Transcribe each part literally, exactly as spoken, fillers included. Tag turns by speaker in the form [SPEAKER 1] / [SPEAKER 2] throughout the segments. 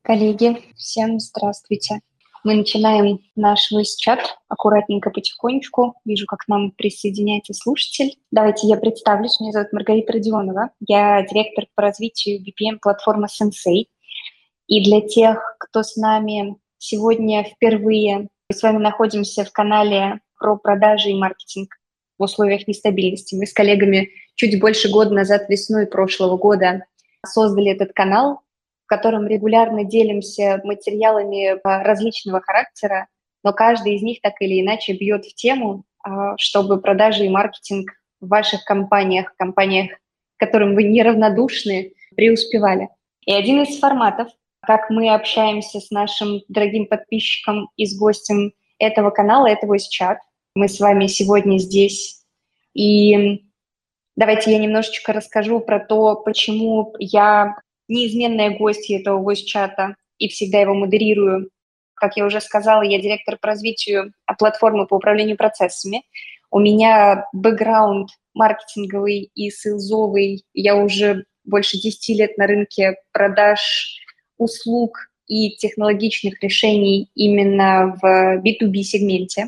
[SPEAKER 1] Коллеги, всем здравствуйте. Мы начинаем наш voice-чат аккуратненько, потихонечку. Вижу, как к нам присоединяется слушатель. Давайте я представлюсь. Меня зовут Маргарита Родионова. Я директор по развитию ви пи эм-платформы Sensei. И для тех, кто с нами сегодня впервые, мы с вами находимся в канале про продажи и маркетинг в условиях нестабильности. Мы с коллегами чуть больше года назад, весной прошлого года, создали этот канал, в котором регулярно делимся материалами различного характера, но каждый из них так или иначе бьет в тему, чтобы продажи и маркетинг в ваших компаниях, компаниях, к которым вы неравнодушны, преуспевали. И один из форматов, как мы общаемся с нашим дорогим подписчиком и с гостем этого канала, это voice-чат. Мы с вами сегодня здесь. И давайте я немножечко расскажу про то, почему я неизменная гостья этого voice-чата и всегда его модерирую. Как я уже сказала, я директор по развитию платформы по управлению процессами. У меня бэкграунд маркетинговый и сейлзовый. Я уже больше десяти лет на рынке продаж услуг и технологичных решений именно в би ту би сегменте.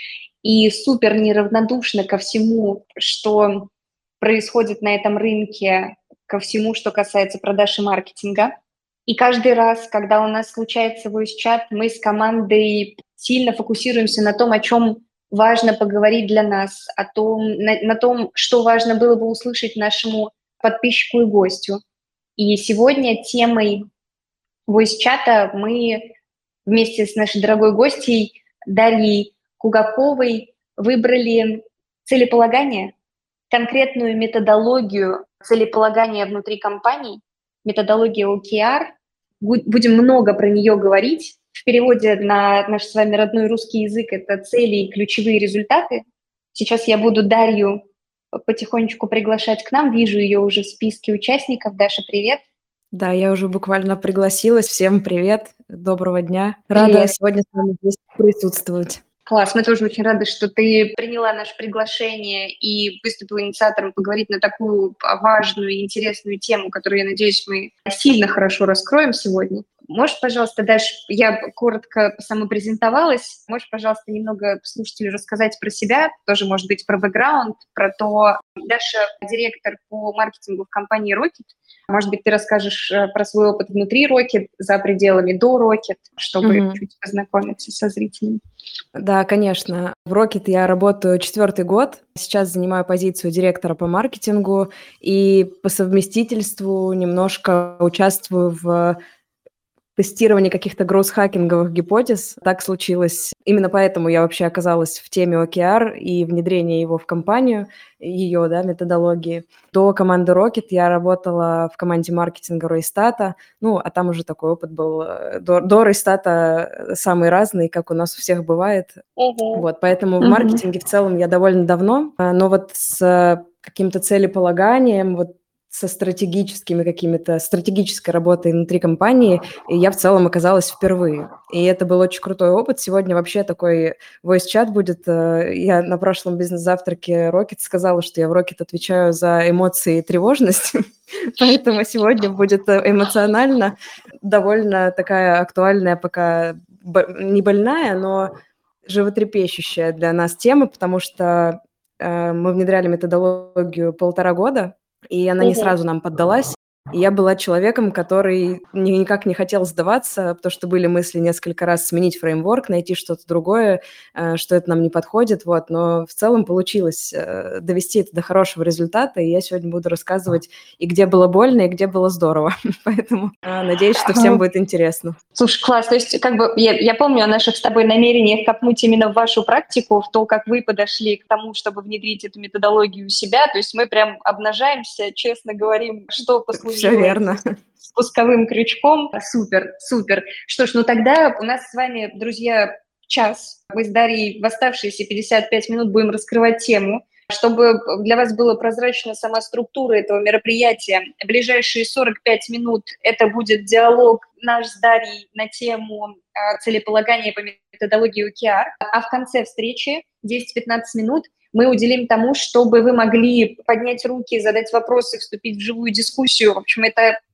[SPEAKER 1] И супер неравнодушна ко всему, что происходит на этом рынке, ко всему, что касается продаж и маркетинга. И каждый раз, когда у нас случается voice-чат, мы с командой сильно фокусируемся на том, о чем важно поговорить для нас, о том, на, на том, что важно было бы услышать нашему подписчику и гостю. И сегодня темой voice-чата мы вместе с нашей дорогой гостьей Дарьей Кугаковой выбрали целеполагание, конкретную методологию целеполагания внутри компаний, методология о кей ар. Будем много про нее говорить. В переводе на наш с вами родной русский язык это цели и ключевые результаты. Сейчас я буду Дарью потихонечку приглашать к нам. Вижу ее уже в списке участников. Даша, привет.
[SPEAKER 2] Да, я уже буквально пригласилась. Всем привет, доброго дня. Рада
[SPEAKER 1] Привет.
[SPEAKER 2] сегодня с вами здесь присутствовать.
[SPEAKER 1] Класс, мы тоже очень рады, что ты приняла наше приглашение и выступила инициатором поговорить на такую важную и интересную тему, которую, я надеюсь, мы сильно хорошо раскроем сегодня. Можешь, пожалуйста, Даш, я коротко самопрезентовалась, можешь, пожалуйста, немного слушателю рассказать про себя, тоже, может быть, про бэкграунд, про то, Даша директор по маркетингу в компании Rocket. Может быть, ты расскажешь про свой опыт внутри Rocket, за пределами до Rocket, чтобы
[SPEAKER 2] Мгм.
[SPEAKER 1] чуть познакомиться со зрителями.
[SPEAKER 2] Да, конечно. В Rocket я работаю четвертый год. Сейчас занимаю позицию директора по маркетингу и по совместительству немножко участвую в тестировании каких-то гроусс-хакинговых гипотез. Так случилось. Именно поэтому я вообще оказалась в теме о кей ар и внедрения его в компанию, ее, да, методологии. До команды Rocket я работала в команде маркетинга Рейстата, ну, а там уже такой опыт был. До, до Рейстата самый разный, как у нас у всех бывает.
[SPEAKER 1] Угу.
[SPEAKER 2] Вот, поэтому
[SPEAKER 1] Угу.
[SPEAKER 2] в маркетинге в целом я довольно давно, но вот с каким-то целеполаганием, вот со стратегическими какими-то, стратегической работой внутри компании, и я в целом оказалась впервые. И это был очень крутой опыт. Сегодня вообще такой voice-чат будет. Я на прошлом бизнес-завтраке Rocket сказала, что я в Rocket отвечаю за эмоции и тревожность, поэтому сегодня будет эмоционально довольно такая актуальная, пока не больная, но животрепещущая для нас тема, потому что мы внедряли методологию полтора года, и она не сразу нам поддалась. И я была человеком, который никак не хотел сдаваться, потому что были мысли несколько раз сменить фреймворк, найти что-то другое, что это нам не подходит, вот. Но в целом получилось довести это до хорошего результата, и я сегодня буду рассказывать и где было больно, и где было здорово. Поэтому надеюсь, что всем будет интересно.
[SPEAKER 1] Слушай, класс. То есть как бы я, я помню о наших с тобой намерениях копнуть именно в вашу практику, в то, как вы подошли к тому, чтобы внедрить эту методологию у себя. То есть мы прям обнажаемся, честно говорим, что послужило
[SPEAKER 2] Все верно.
[SPEAKER 1] спусковым крючком. Супер, супер. Что ж, ну тогда у нас с вами, друзья, час. Мы с Дарьей в оставшиеся пятьдесят пять минут будем раскрывать тему. Чтобы для вас была прозрачна сама структура этого мероприятия, ближайшие сорок пять минут это будет диалог наш с Дарьей на тему целеполагания по методологии о кей ар, а в конце встречи десять-пятнадцать минут мы уделим тому, чтобы вы могли поднять руки, задать вопросы, вступить в живую дискуссию. В общем, это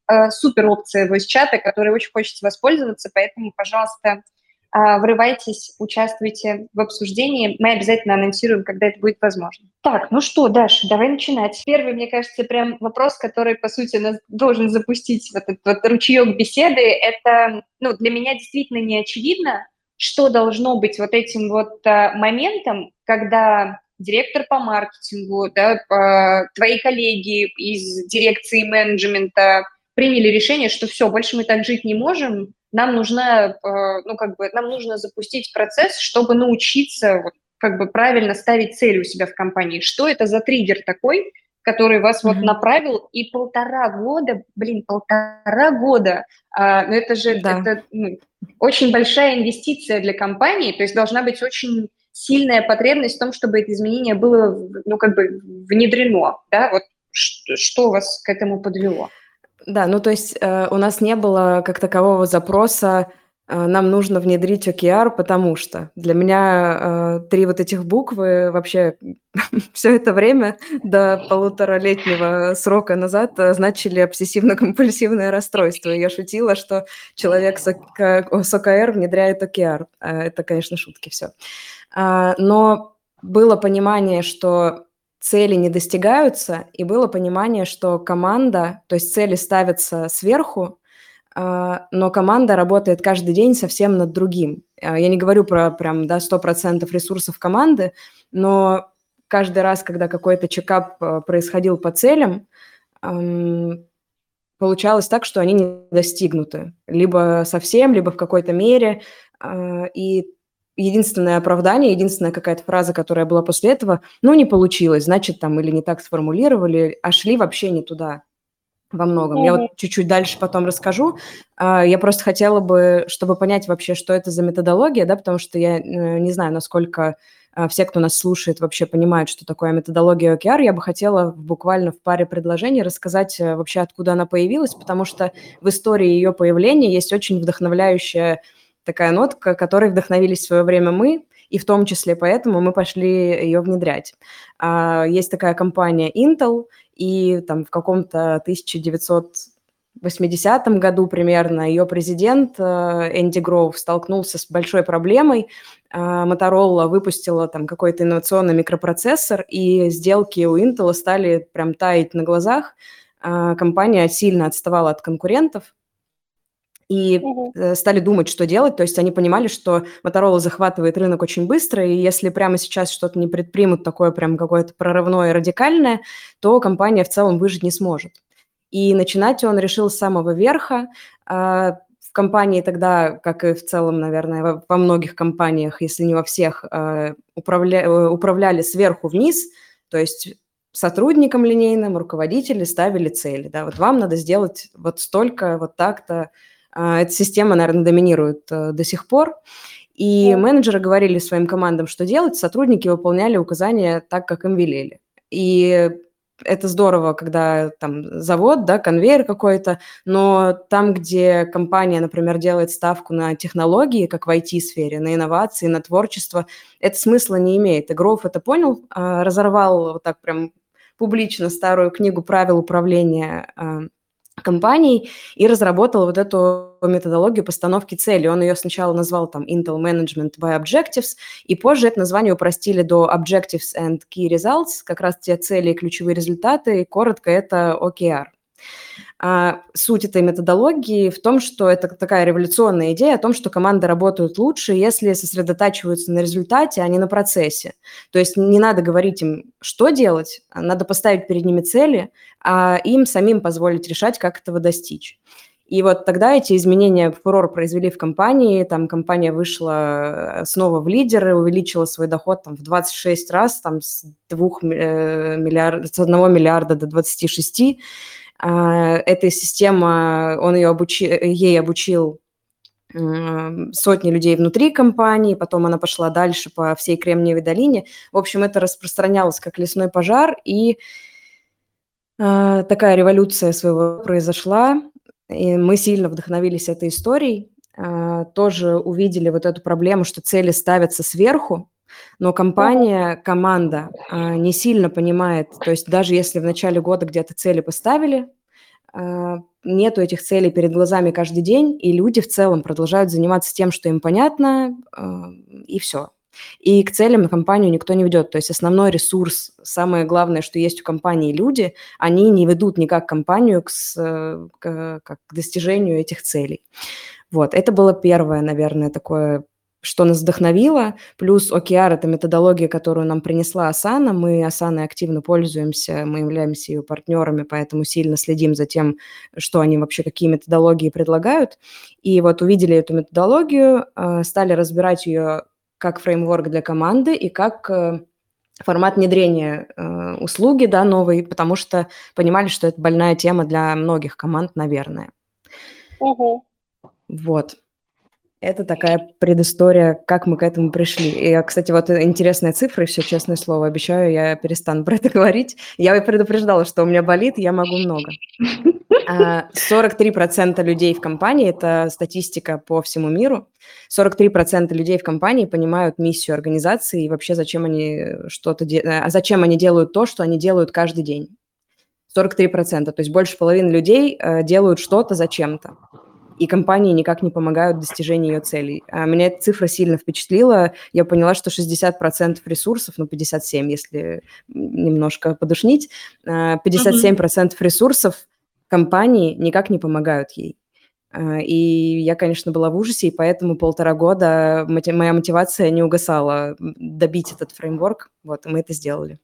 [SPEAKER 1] э, супер опция voice-чата, которой очень хочется воспользоваться, поэтому, пожалуйста, э, врывайтесь, участвуйте в обсуждении. Мы обязательно анонсируем, когда это будет возможно. Так, ну что, Даш, давай начинать. Первый, мне кажется, прям вопрос, который, по сути, нас должен запустить вот этот вот ручеек беседы, это, ну, для меня действительно не очевидно, что должно быть вот этим вот а, моментом, когда директор по маркетингу, да, по, твои коллеги из дирекции менеджмента приняли решение, что все, больше мы так жить не можем, нам нужно, а, ну, как бы, нам нужно запустить процесс, чтобы научиться вот, как бы правильно ставить цели у себя в компании. Что это за триггер такой, который вас вот
[SPEAKER 2] Мгм.
[SPEAKER 1] направил, и полтора года, блин, полтора года, а, ну это же,
[SPEAKER 2] Да.
[SPEAKER 1] это, ну, очень большая инвестиция для компании, то есть должна быть очень сильная потребность в том, чтобы это изменение было, ну, как бы внедрено, да, вот ш- что вас к этому подвело?
[SPEAKER 2] Да, ну то есть э, у нас не было как такового запроса, э, нам нужно внедрить о ке ар, потому что для меня э, три вот этих буквы вообще все это время до полуторалетнего срока назад э, значили обсессивно-компульсивное расстройство. И я шутила, что человек с, ОК с о ка эр внедряет о ке ар. Э, Это, конечно, шутки все. Но было понимание, что цели не достигаются, и было понимание, что команда, то есть цели ставятся сверху, а, но команда работает каждый день совсем над другим. А, Я не говорю про прям, да, сто процентов ресурсов команды, но каждый раз, когда какой-то чекап а, происходил по целям, ам, получалось так, что они не достигнуты. Либо совсем, либо в какой-то мере. А, И единственное оправдание, единственная какая-то фраза, которая была после этого, ну, не получилось, значит, там или не так сформулировали, а шли вообще не туда во многом. Я
[SPEAKER 1] Мгм.
[SPEAKER 2] вот чуть-чуть дальше потом расскажу. А, Я просто хотела бы, чтобы понять вообще, что это за методология, да, потому что я э, не знаю, насколько а, все, кто нас слушает, вообще понимают, что такое методология о ке ар. Я бы хотела буквально в паре предложений рассказать э, вообще, откуда она появилась, потому что в истории ее появления есть очень вдохновляющая такая нотка, которой вдохновились в свое время мы, и в том числе поэтому мы пошли ее внедрять. А, Есть такая компания Intel, и там в каком-то тысяча девятьсот восьмидесятом году примерно ее президент э, Энди Гроув столкнулся с большой проблемой. А, Motorola выпустила там какой-то инновационный микропроцессор, и сделки у Intel стали прям таять на глазах. А, Компания сильно отставала от конкурентов, и
[SPEAKER 1] Мгм.
[SPEAKER 2] э, стали думать, что делать. То есть они понимали, что Motorola захватывает рынок очень быстро, и если прямо сейчас что-то не предпримут такое прям какое-то прорывное и радикальное, то компания в целом выжить не сможет. И начинать он решил с самого верха. А, В компании тогда, как и в целом, наверное, во, во многих компаниях, если не во всех, а, управля, э, управляли сверху вниз, то есть сотрудникам линейным, руководители ставили цели. Да, вот вам надо сделать вот столько, вот так-то. А, Эта система, наверное, доминирует э, до сих пор. И
[SPEAKER 1] Да.
[SPEAKER 2] менеджеры говорили своим командам, что делать, сотрудники выполняли указания так, как им велели. И это здорово, когда там завод, да, конвейер какой-то, но там, где компания, например, делает ставку на технологии, как в ай ти-сфере, на инновации, на творчество, это смысла не имеет. И Гроув это понял, а, разорвал вот так прям публично старую книгу правил управления а, компанией и разработал вот эту методологию постановки цели. Он ее сначала назвал там Intel Management by Objectives, и позже это название упростили до Objectives and Key Results, как раз те цели и ключевые результаты, и коротко это о ке ар. А суть этой методологии в том, что это такая революционная идея о том, что команды работают лучше, если сосредотачиваются на результате, а не на процессе. То есть не надо говорить им, что делать, а надо поставить перед ними цели, а им самим позволить решать, как этого достичь. И вот тогда эти изменения фурор произвели в компании, там компания вышла снова в лидеры, увеличила свой доход там, в двадцать шесть раз, там, с, двух, э, миллиард, с одного миллиарда до двадцати шести. Эта система, он ее обучи, ей обучил сотни людей внутри компании, потом она пошла дальше по всей Кремниевой долине. В общем, это распространялось как лесной пожар, и э, такая революция своего произошла. И мы сильно вдохновились этой историей, э, тоже увидели вот эту проблему, что цели ставятся сверху, но
[SPEAKER 1] Мгм.
[SPEAKER 2] компания, команда э, не сильно понимает, то есть даже если в начале года где-то цели поставили, а, нету этих целей перед глазами каждый день, и люди в целом продолжают заниматься тем, что им понятно, а, и все. И к целям компанию никто не ведет. То есть основной ресурс, самое главное, что есть у компании люди, они не ведут никак компанию к, с, к, как к достижению этих целей. Вот, это было первое, наверное, такое, что нас вдохновило. Плюс о кей ар – это методология, которую нам принесла Asana. Мы Asana активно пользуемся, мы являемся ее партнерами, поэтому сильно следим за тем, что они вообще, какие методологии предлагают. И вот увидели эту методологию, стали разбирать ее как фреймворк для команды и как формат внедрения услуги, да, новой, потому что понимали, что это больная тема для многих команд, наверное.
[SPEAKER 1] Угу.
[SPEAKER 2] Вот. Это такая предыстория, как мы к этому пришли. И, кстати, вот интересная цифра, и все, честное слово, обещаю, я перестану про это говорить. Я предупреждала, что у меня болит, я могу много. сорок три процента людей в компании, это статистика по всему миру, сорок три процента людей в компании понимают миссию организации и вообще зачем они что-то де... зачем они делают то, что они делают каждый день. сорок три процента, то есть больше половины людей делают что-то зачем-то. И компании никак не помогают в достижении ее целей. А меня эта цифра сильно впечатлила. Я поняла, что шестьдесят процентов ресурсов, ну, пятьдесят семь процентов, если немножко подушнить, пятьдесят семь процентов ресурсов компании никак не помогают ей. И я, конечно, была в ужасе, и поэтому полтора года моя мотивация не угасала добить этот фреймворк. Вот, и мы это сделали.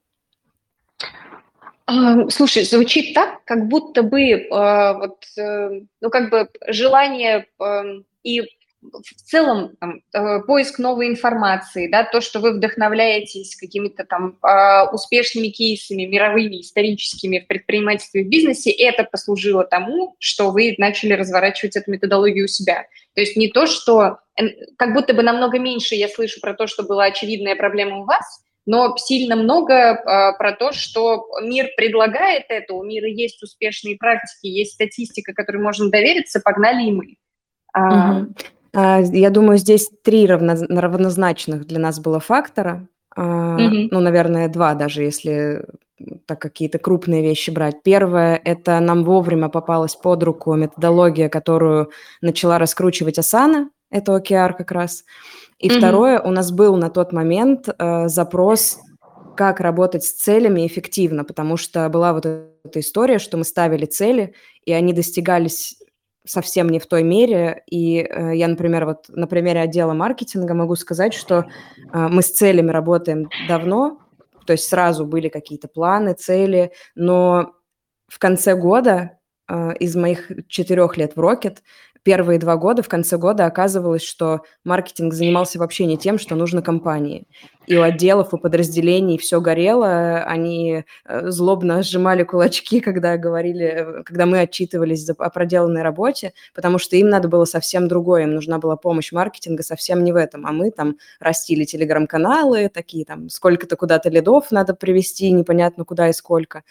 [SPEAKER 1] Слушай, звучит так, как будто бы э, вот, э, ну, как бы желание э, и в целом там, э, поиск новой информации, да, то, что вы вдохновляетесь какими-то там э, успешными кейсами, мировыми, историческими в предпринимательстве и в бизнесе, это послужило тому, что вы начали разворачивать эту методологию у себя. То есть не то, что... Как будто бы намного меньше я слышу про то, что была очевидная проблема у вас, но сильно много э, про то, что мир предлагает это, у мира есть успешные практики, есть статистика, которой можно довериться, погнали и мы.
[SPEAKER 2] Угу. А, я думаю, здесь три равно, равнозначных для нас было фактора. А, угу. Ну, наверное, два, даже если так какие-то крупные вещи брать. Первое – это нам вовремя попалась под руку методология, которую начала раскручивать Asana, это о кей ар как раз. И mm-hmm. второе, у нас был на тот момент э, запрос, как работать с целями эффективно, потому что была вот эта история, что мы ставили цели, и они достигались совсем не в той мере. И э, я, например, вот на примере отдела маркетинга могу сказать, что э, мы с целями работаем давно, то есть сразу были какие-то планы, цели, но в конце года э, из моих четырех лет в Rocket первые два года, в конце года оказывалось, что маркетинг занимался вообще не тем, что нужно компании. И у отделов, у подразделений все горело, они злобно сжимали кулачки, когда говорили, когда мы отчитывались о проделанной работе, потому что им надо было совсем другое, им нужна была помощь маркетинга совсем не в этом, а мы там растили телеграм-каналы, такие там, сколько-то куда-то лидов надо привести, непонятно куда и сколько.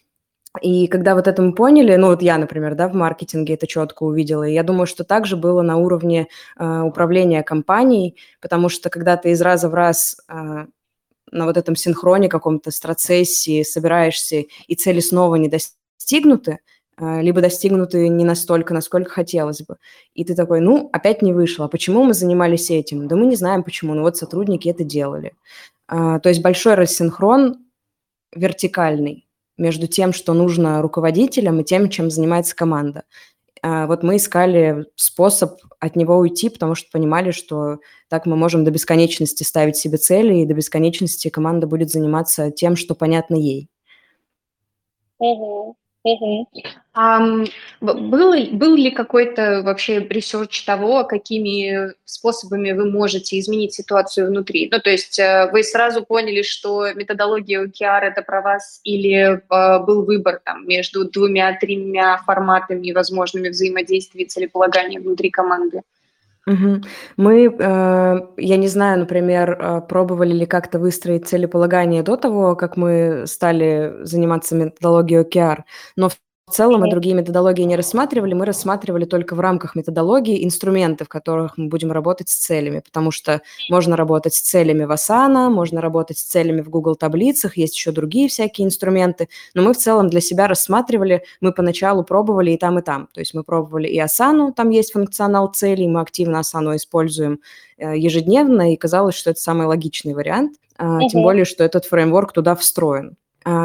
[SPEAKER 2] И когда вот это мы поняли, ну вот я, например, да, в маркетинге это четко увидела, и я думаю, что также было на уровне э, управления компанией, потому что когда ты из раза в раз э, на вот этом синхроне каком-то страцессии собираешься, и цели снова не достигнуты, э, либо достигнуты не настолько, насколько хотелось бы, и ты такой, ну, опять не вышло, а почему мы занимались этим? Да мы не знаем почему, но вот сотрудники это делали. Э, то есть большой рассинхрон вертикальный между тем, что нужно руководителям, и тем, чем занимается команда. А вот мы искали способ от него уйти, потому что понимали, что так мы можем до бесконечности ставить себе цели, и до бесконечности команда будет заниматься тем, что понятно ей.
[SPEAKER 1] Угу. Угу. Um, был, был ли какой-то вообще ресерч того, какими способами вы можете изменить ситуацию внутри? Ну, то есть вы сразу поняли, что методология о кей ар – это про вас, или uh, был выбор там, между двумя-тремя форматами и возможными взаимодействий и целеполагания внутри команды?
[SPEAKER 2] Угу. Мы, э, я не знаю, например, пробовали ли как-то выстроить целеполагание до того, как мы стали заниматься методологией о кей ар, но в В целом мы другие методологии не рассматривали, мы рассматривали только в рамках методологии инструменты, в которых мы будем работать с целями, потому что можно работать с целями в Asana, можно работать с целями в Google таблицах, есть еще другие всякие инструменты, но мы в целом для себя рассматривали, мы поначалу пробовали и там, и там, то есть мы пробовали и Asana, там есть функционал целей, мы активно Asana используем ежедневно, и казалось, что это самый логичный вариант, uh-huh. тем более, что этот фреймворк туда встроен.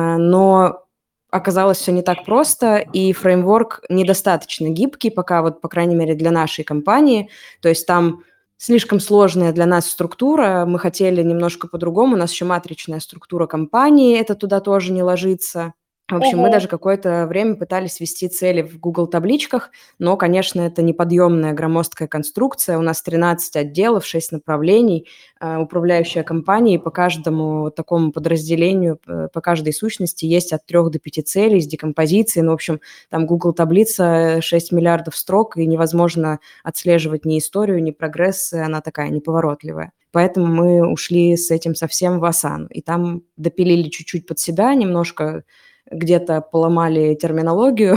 [SPEAKER 2] Но оказалось все не так просто, и фреймворк недостаточно гибкий пока, вот, по крайней мере, для нашей компании. То есть там слишком сложная для нас структура, мы хотели немножко по-другому, у нас еще матричная структура компании, это туда тоже не ложится. В общем, мы даже какое-то время пытались ввести цели в Google табличках, но, конечно, это неподъемная громоздкая конструкция. У нас тринадцать отделов, шесть направлений, управляющая компания, по каждому такому подразделению, по каждой сущности есть от трех до пяти целей с декомпозицией. Ну, в общем, там Google таблица шесть миллиардов строк, и невозможно отслеживать ни историю, ни прогресс, она такая неповоротливая. Поэтому мы ушли с этим совсем в Asana, и там допилили чуть-чуть под себя, немножко где-то поломали терминологию,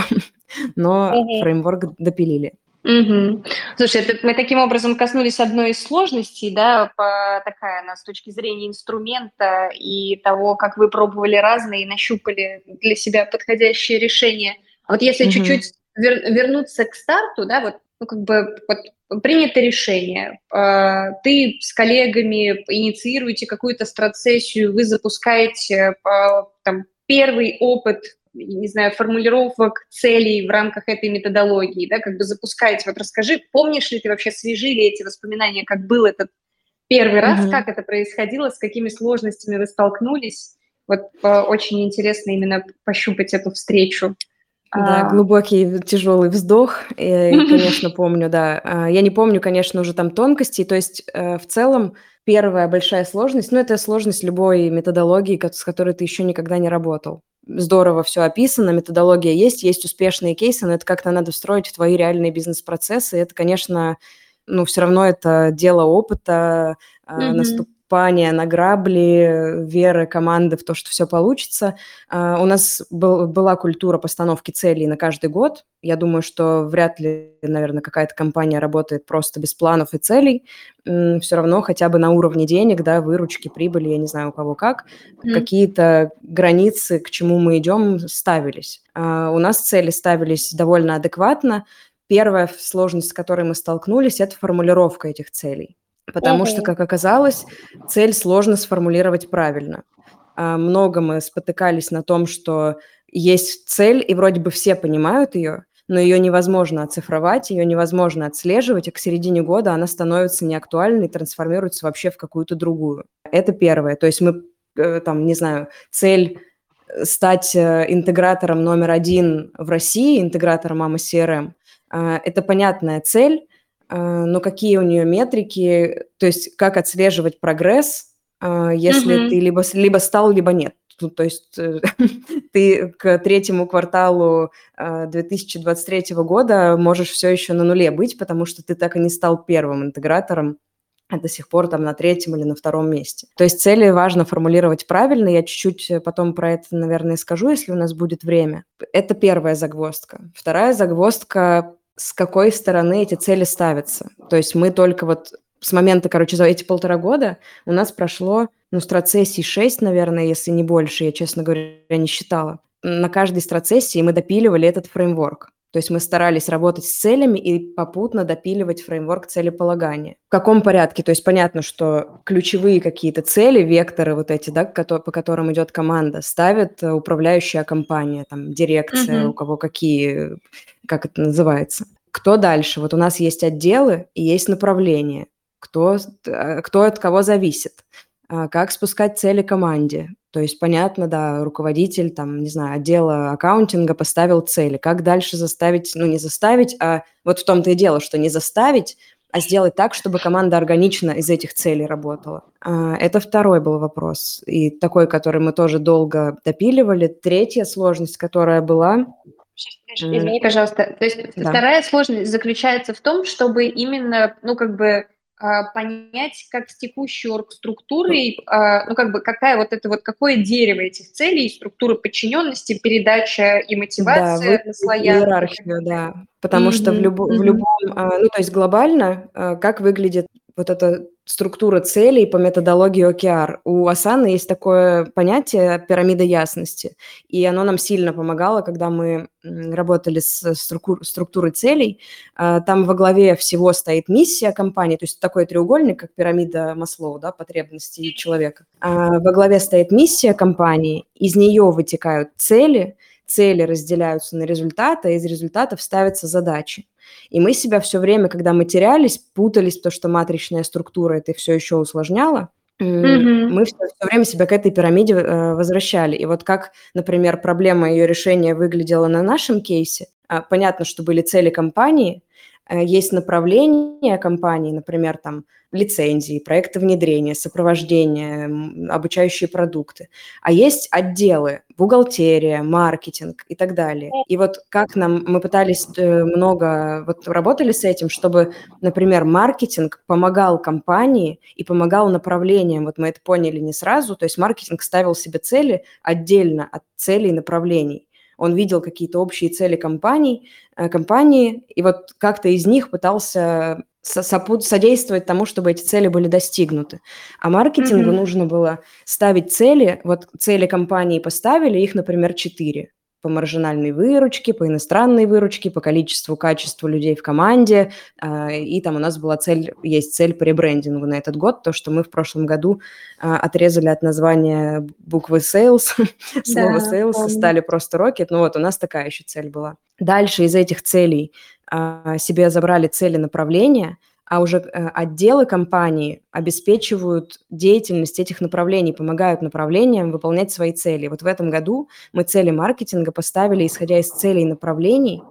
[SPEAKER 2] но uh-huh. фреймворк допилили.
[SPEAKER 1] Угу. Слушай, это мы таким образом коснулись одной из сложностей, да, по, такая она с точки зрения инструмента и того, как вы пробовали разные и нащупали для себя подходящее решение. А вот если угу. чуть-чуть вер, вернуться к старту, да, вот, ну, как бы вот, принято решение, э, ты с коллегами инициируете какую-то страт-сессию, вы запускаете э, там первый опыт, не знаю, формулировок целей в рамках этой методологии, да, как бы запускаете. Вот расскажи, помнишь ли ты вообще, свежи ли эти воспоминания, как был этот первый раз, mm-hmm. как это происходило, с какими сложностями вы столкнулись? Вот очень интересно именно пощупать эту встречу.
[SPEAKER 2] Да, глубокий, тяжелый вздох, и, конечно, помню, да. Я не помню, конечно, уже там тонкостей, то есть в целом первая большая сложность, ну, это сложность любой методологии, с которой ты еще никогда не работал. Здорово все описано, методология есть, есть успешные кейсы, но это как-то надо встроить в твои реальные бизнес-процессы. Это, конечно, ну, все равно это дело опыта, mm-hmm. наступания на грабли, веры команды в то, что все получится. У нас был, была культура постановки целей на каждый год. Я думаю, что вряд ли, наверное, какая-то компания работает просто без планов и целей. Все равно хотя бы на уровне денег, да, выручки, прибыли, я не знаю, у кого как, mm. какие-то границы, к чему мы идем, ставились. У нас цели ставились довольно адекватно. Первая сложность, с которой мы столкнулись, это формулировка этих целей. Потому mm-hmm. что, как оказалось, цель сложно сформулировать правильно. Много мы спотыкались на том, что есть цель, и вроде бы все понимают ее, но ее невозможно оцифровать, ее невозможно отслеживать, и к середине года она становится неактуальной и трансформируется вообще в какую-то другую. Это первое. То есть мы, там, не знаю, цель стать интегратором номер один в России, интегратором эй эм эс си эр эм, это понятная цель, но какие у нее метрики, то есть как отслеживать прогресс, если mm-hmm. ты либо, либо стал, либо нет. Ну, то есть ты к третьему кварталу две тысячи двадцать третьего года можешь все еще на нуле быть, потому что ты так и не стал первым интегратором, а до сих пор там на третьем или на втором месте. То есть цели важно формулировать правильно. Я чуть-чуть потом про это, наверное, скажу, если у нас будет время. Это первая загвоздка. Вторая загвоздка – с какой стороны эти цели ставятся. То есть мы только вот с момента, короче, за эти полтора года у нас прошло, ну, страт-сессий шесть, наверное, если не больше, я, честно говоря, не считала. На каждой страт-сессии мы допиливали этот фреймворк. То есть мы старались работать с целями и попутно допиливать фреймворк целеполагания. В каком порядке? То есть понятно, что ключевые какие-то цели, векторы вот эти, да, по которым идет команда, ставит управляющая компания, там, дирекция, uh-huh. у кого какие, как это называется. Кто дальше? Вот у нас есть отделы и есть направления. Кто, кто от кого зависит? Как спускать цели команде? То есть, понятно, да, руководитель, там, не знаю, отдела аккаунтинга поставил цели. Как дальше заставить, ну, не заставить, а вот в том-то и дело, что не заставить, а сделать так, чтобы команда органично из этих целей работала. Это второй был вопрос. И такой, который мы тоже долго допиливали. Третья сложность, которая была...
[SPEAKER 1] Извини, пожалуйста. То есть да. Вторая сложность заключается в том, чтобы именно, ну, как бы а, понять, как с текущей оргструктурой, а, ну, как бы, какая вот это вот, какое дерево этих целей, структура подчиненности, передача и
[SPEAKER 2] Да,
[SPEAKER 1] мотивация на
[SPEAKER 2] выстроить
[SPEAKER 1] слоях и так
[SPEAKER 2] иерархию,
[SPEAKER 1] далее.
[SPEAKER 2] да. Потому что в
[SPEAKER 1] Мгм,
[SPEAKER 2] любо в
[SPEAKER 1] мгм.
[SPEAKER 2] любом, а, ну, то есть глобально, а, как выглядит вот эта структура целей по методологии о ке ар. У Асаны есть такое понятие пирамида ясности, и оно нам сильно помогало, когда мы м, работали с струку- структурой целей. А, Там во главе всего стоит миссия компании, то есть такой треугольник, как пирамида Маслоу, да, потребностей человека. А, Во главе стоит миссия компании, из нее вытекают цели, цели разделяются на результаты, а из результатов ставятся задачи. И мы себя все время, когда мы терялись, путались, потому что матричная структура это все еще усложняла, м,
[SPEAKER 1] Мгм.
[SPEAKER 2] мы все, время себя к этой пирамиде э, возвращали. И вот как, например, проблема ее решения выглядела на нашем кейсе, а, понятно, что были цели компании, э, есть направление компании, например, там лицензии, проекты внедрения, сопровождение, м, обучающие продукты. А есть отделы, бухгалтерия, маркетинг и так далее. И вот как нам, мы пытались э, много, вот работали с этим, чтобы, например, маркетинг помогал компании и помогал направлениям. Вот мы это поняли не сразу, то есть маркетинг ставил себе цели отдельно от целей направлений. Он видел какие-то общие цели компаний, э, компании, и вот как-то из них пытался со- сопут- содействовать тому, чтобы эти цели были достигнуты. А маркетингу
[SPEAKER 1] Мгм.
[SPEAKER 2] нужно было ставить цели, вот цели компании поставили, их, например, четыре. По маржинальной выручке, по иностранной выручке, по количеству, качеству людей в команде. а, И там у нас была цель, есть цель по ребрендингу на этот год, то, что мы в прошлом году а, отрезали от названия буквы sales, слово
[SPEAKER 1] Да,
[SPEAKER 2] sales,
[SPEAKER 1] помню.
[SPEAKER 2] стали просто rocket. Ну вот у нас такая еще цель была. Дальше из этих целей а, себе забрали цели направления, а уже э, отделы компании обеспечивают деятельность этих направлений, помогают направлениям выполнять свои цели. Вот в этом году мы цели маркетинга поставили, исходя из целей направлений,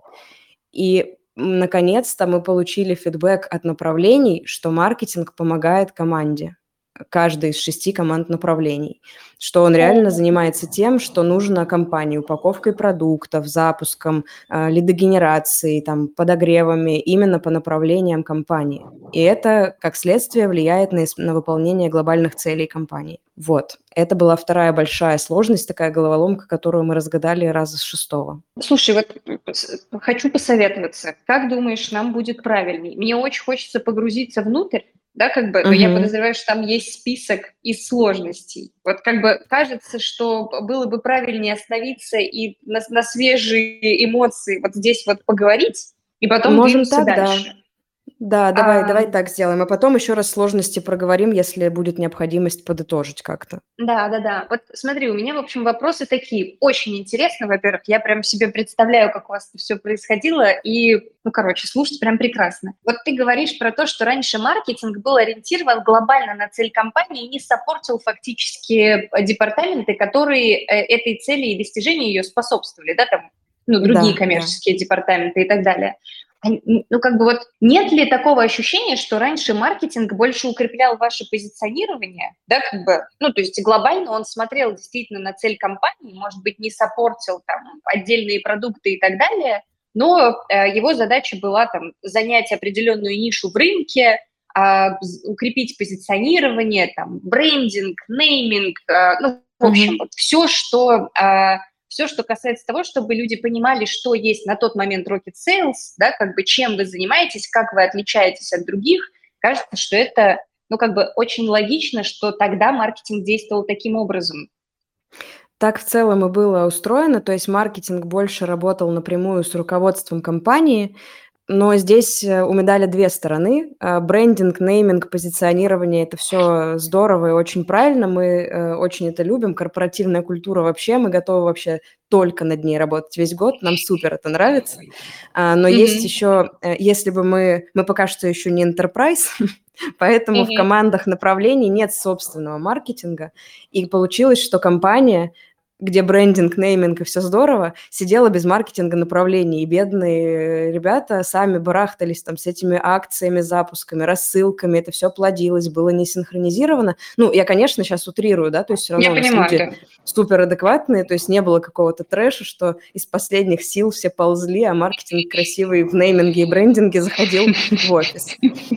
[SPEAKER 2] и м, наконец-то мы получили фидбэк от направлений, что маркетинг помогает команде, каждой из шести команд направлений, что он реально занимается тем, что нужно компании, упаковкой продуктов, запуском, э, лидогенерацией, там, подогревами именно по направлениям компании. И это, как следствие, влияет на, ис- на выполнение глобальных целей компании. Вот. Это была вторая большая сложность, такая головоломка, которую мы разгадали раза с шестого.
[SPEAKER 1] Слушай, вот э, с- хочу посоветоваться. Как думаешь, нам будет правильней? Мне очень хочется погрузиться внутрь, да, как бы, но я
[SPEAKER 2] Мгм.
[SPEAKER 1] подозреваю, что там есть список из сложностей. Вот как бы кажется, что было бы правильнее остановиться и на, на свежие эмоции вот здесь вот поговорить, и потом
[SPEAKER 2] Можем
[SPEAKER 1] двинуться
[SPEAKER 2] так, да.
[SPEAKER 1] дальше.
[SPEAKER 2] Да, давай,
[SPEAKER 1] А,
[SPEAKER 2] давай так сделаем. А потом еще раз сложности проговорим, если будет необходимость подытожить как-то.
[SPEAKER 1] Да, да, да. Вот смотри, у меня, в общем, вопросы такие. Очень интересно, во-первых, я прям себе представляю, как у вас это все происходило, и, ну, короче, слушать прям прекрасно. Вот ты говоришь про то, что раньше маркетинг был ориентирован глобально на цель компании и не саппортил фактически э, департаменты, которые э, этой цели и достижению ее способствовали, да, там, ну, другие
[SPEAKER 2] Да, да.
[SPEAKER 1] коммерческие департаменты и так далее. А, ну, как бы вот нет ли такого ощущения, что раньше маркетинг больше укреплял ваше позиционирование, да, как бы, ну, то есть глобально он смотрел действительно на цель компании, может быть, не саппортил там отдельные продукты и так далее, но э, его задача была там занять определенную нишу в рынке, э, укрепить позиционирование, там, брендинг, нейминг, э, ну, в общем,
[SPEAKER 2] Мгм.
[SPEAKER 1] вот все, что э, все, что касается того, чтобы люди понимали, что есть на тот момент Rocket Sales, да, как бы чем вы занимаетесь, как вы отличаетесь от других, кажется, что это, ну, как бы очень логично, что тогда маркетинг действовал таким образом.
[SPEAKER 2] Так в целом и было устроено, то есть маркетинг больше работал напрямую с руководством компании, но здесь э, у медали две стороны. А, Брендинг, нейминг, позиционирование– это все здорово и очень правильно. Мы э, очень это любим. Корпоративная культура вообще, мы готовы вообще только над ней работать весь год. Нам супер это нравится. А, Но есть
[SPEAKER 1] Мгм.
[SPEAKER 2] еще, э, если бы мы, мы пока что еще не enterprise, поэтому в
[SPEAKER 1] Мгм.
[SPEAKER 2] командах направлений нет собственного маркетинга. И получилось, что компания, где брендинг, нейминг и все здорово, сидела без маркетинга направлений. И бедные ребята сами барахтались там с этими акциями, запусками, рассылками. Это все плодилось, было не синхронизировано. Ну, я, конечно, сейчас утрирую, да, то есть все равно
[SPEAKER 1] Я
[SPEAKER 2] у нас
[SPEAKER 1] понимаю,
[SPEAKER 2] люди
[SPEAKER 1] да.
[SPEAKER 2] суперадекватные, то есть не было какого-то трэша, что из последних сил все ползли, а маркетинг красивый в нейминге и брендинге заходил в офис.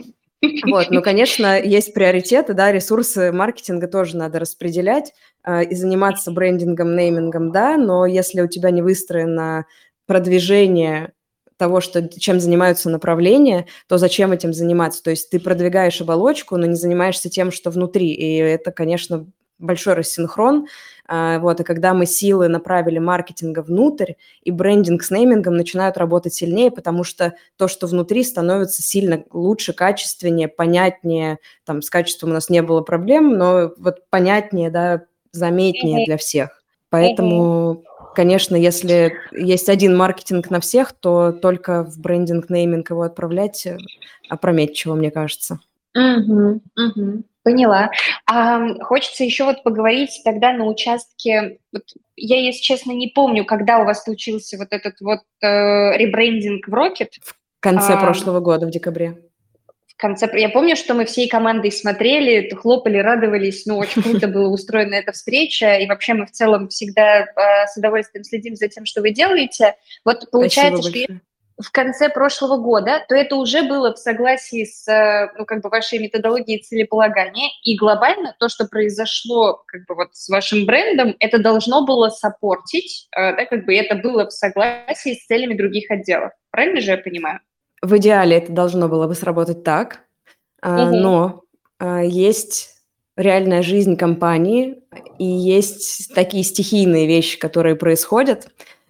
[SPEAKER 2] Вот, но, конечно, есть приоритеты, да, ресурсы маркетинга тоже надо распределять э, и заниматься брендингом, неймингом, да, но если у тебя не выстроено продвижение того, что, чем занимаются направления, то зачем этим заниматься? То есть ты продвигаешь оболочку, но не занимаешься тем, что внутри, и это, конечно, большой рассинхрон. А, вот, и когда мы силы направили маркетинга внутрь, и брендинг с неймингом начинают работать сильнее, потому что то, что внутри, становится сильно лучше, качественнее, понятнее. Там с качеством у нас не было проблем, но вот понятнее, да, заметнее
[SPEAKER 1] Мгм.
[SPEAKER 2] для всех.
[SPEAKER 1] Мгм.
[SPEAKER 2] Поэтому, конечно, если есть один маркетинг на всех, то только в брендинг, нейминг его отправлять э, опрометчиво, мне кажется.
[SPEAKER 1] Мгм. Мгм. Поняла. Ам, хочется еще вот поговорить тогда на участке. Вот я, если честно, не помню, когда у вас случился вот этот вот э, ребрендинг в Rocket.
[SPEAKER 2] В конце
[SPEAKER 1] А,
[SPEAKER 2] прошлого года, в декабре.
[SPEAKER 1] в конце, я помню, что мы всей командой смотрели, хлопали, радовались, ну, очень круто была устроена эта встреча, и вообще мы в целом всегда э, с удовольствием следим за тем, что вы делаете. Вот
[SPEAKER 2] Спасибо
[SPEAKER 1] получается, что
[SPEAKER 2] большое.
[SPEAKER 1] в конце прошлого года, то это уже было в согласии с, э, ну, как бы вашей методологией целеполагания, и глобально то, что произошло, как бы вот с вашим брендом, это должно было саппортить, э, да, как бы это было в согласии с целями других отделов. Правильно же я понимаю?
[SPEAKER 2] В идеале это должно было бы сработать так, а,
[SPEAKER 1] Мгм.
[SPEAKER 2] но а, есть реальная жизнь компании и есть такие стихийные вещи, которые происходят.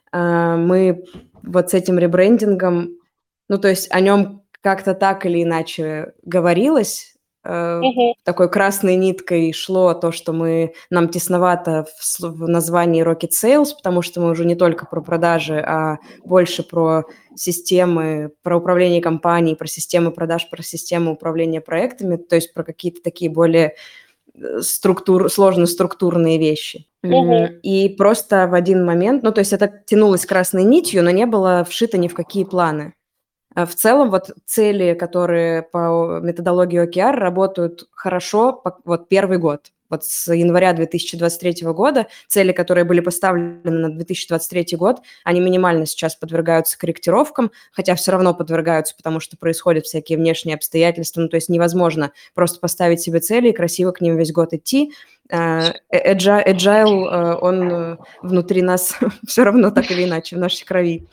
[SPEAKER 2] А, Мы вот с этим ребрендингом, ну, то есть о нем как-то так или иначе говорилось, э,
[SPEAKER 1] Мгм.
[SPEAKER 2] такой красной ниткой шло то, что мы, нам тесновато в, сл- в названии Rocket Sales, потому что мы уже не только про продажи, а больше про системы, про управление компанией, про системы продаж, про системы управления проектами, то есть про какие-то такие более э, структур, сложно структурные вещи. М,
[SPEAKER 1] Мгм.
[SPEAKER 2] И просто в один момент, ну, то есть это тянулось красной нитью, но не было вшито ни в какие планы. А В целом, вот цели, которые по методологии о ке ар работают хорошо по- вот первый год. Вот с января две тысячи двадцать третьего года цели, которые были поставлены на две тысячи двадцать третий год, они минимально сейчас подвергаются корректировкам, хотя все равно подвергаются, потому что происходят всякие внешние обстоятельства. Ну, то есть невозможно просто поставить себе цели и красиво к ним весь год идти. Э, э, Agile, agile, э, он э, внутри нас все равно так или иначе, в нашей крови.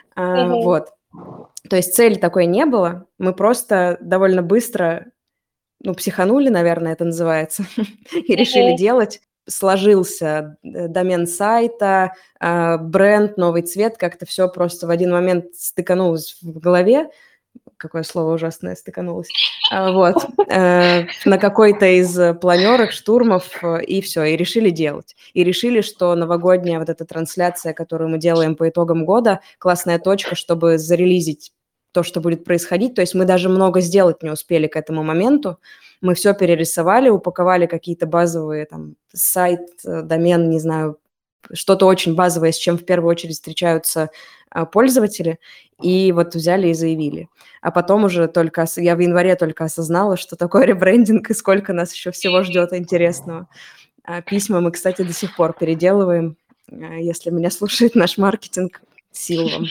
[SPEAKER 2] А,
[SPEAKER 1] Мгм.
[SPEAKER 2] Вот. То есть цели такой не было, мы просто довольно быстро, ну, психанули, наверное, это называется, и решили
[SPEAKER 1] Мгм.
[SPEAKER 2] делать. Сложился э, домен сайта, а, бренд, новый цвет, как-то все просто в один момент стыканулось в голове. Какое слово ужасное стыканулось. А, Вот. Э, На какой-то из э, планерок, штурмов, э, и все, и решили делать. И решили, что новогодняя вот эта трансляция, которую мы делаем по итогам года, классная точка, чтобы зарелизить то, что будет происходить. То есть мы даже много сделать не успели к этому моменту. Мы все перерисовали, упаковали какие-то базовые, там, сайт, э, домен, не знаю, что-то очень базовое, с чем в первую очередь встречаются а, пользователи, и вот взяли и заявили. А потом уже только, ос- я в январе только осознала, что такое ребрендинг и сколько нас еще всего ждет интересного. А письма мы, кстати, до сих пор переделываем. А, Если меня слушает наш маркетинг, сил вам.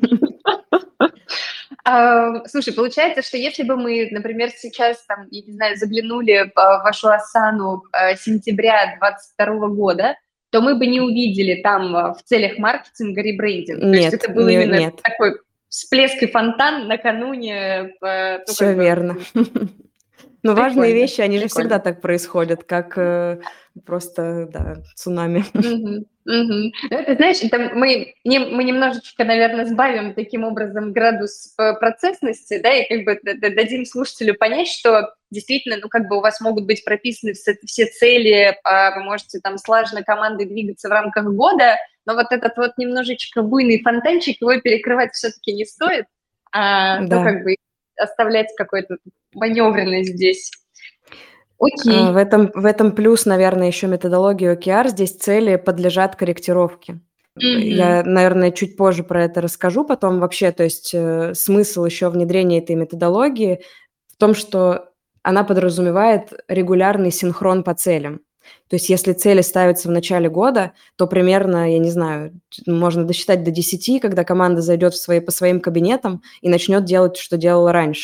[SPEAKER 1] А, слушай, получается, что если бы мы, например, сейчас, там, я не знаю, заглянули в вашу Асану э, сентября двадцать второго года, то мы бы не увидели там э, в целях маркетинга ребрендинг. То есть
[SPEAKER 2] Нет,
[SPEAKER 1] это был
[SPEAKER 2] не,
[SPEAKER 1] именно
[SPEAKER 2] нет,
[SPEAKER 1] такой всплеск и фонтан накануне, э, ну,
[SPEAKER 2] все
[SPEAKER 1] как бы,
[SPEAKER 2] верно. Но важные
[SPEAKER 1] прикольно,
[SPEAKER 2] вещи, они же всегда
[SPEAKER 1] прикольно.
[SPEAKER 2] так происходят, как э, просто, да, цунами.
[SPEAKER 1] Мгм, мгм. Ну, это, знаешь, это мы, не, мы немножечко, наверное, сбавим таким образом градус э, процессности, да, и как бы д- д- дадим слушателю понять, что действительно, ну, как бы у вас могут быть прописаны все, все цели, а вы можете там слаженно командой двигаться в рамках года, но вот этот вот немножечко буйный фонтанчик, его перекрывать все-таки не стоит, а, ну,
[SPEAKER 2] Да.
[SPEAKER 1] как бы оставлять какую-то маневренность здесь.
[SPEAKER 2] А, В
[SPEAKER 1] Окей.
[SPEAKER 2] этом, в этом плюс, наверное, еще методологии о ке ар. Здесь цели подлежат корректировке.
[SPEAKER 1] Мгм.
[SPEAKER 2] Я, наверное, чуть позже про это расскажу потом вообще. То есть э, смысл еще внедрения этой методологии в том, что она подразумевает регулярный синхрон по целям. То есть если цели ставятся в начале года, то примерно, я не знаю, можно досчитать до десяти, когда команда зайдет в свои, по своим кабинетам и начнет делать, что делала раньше.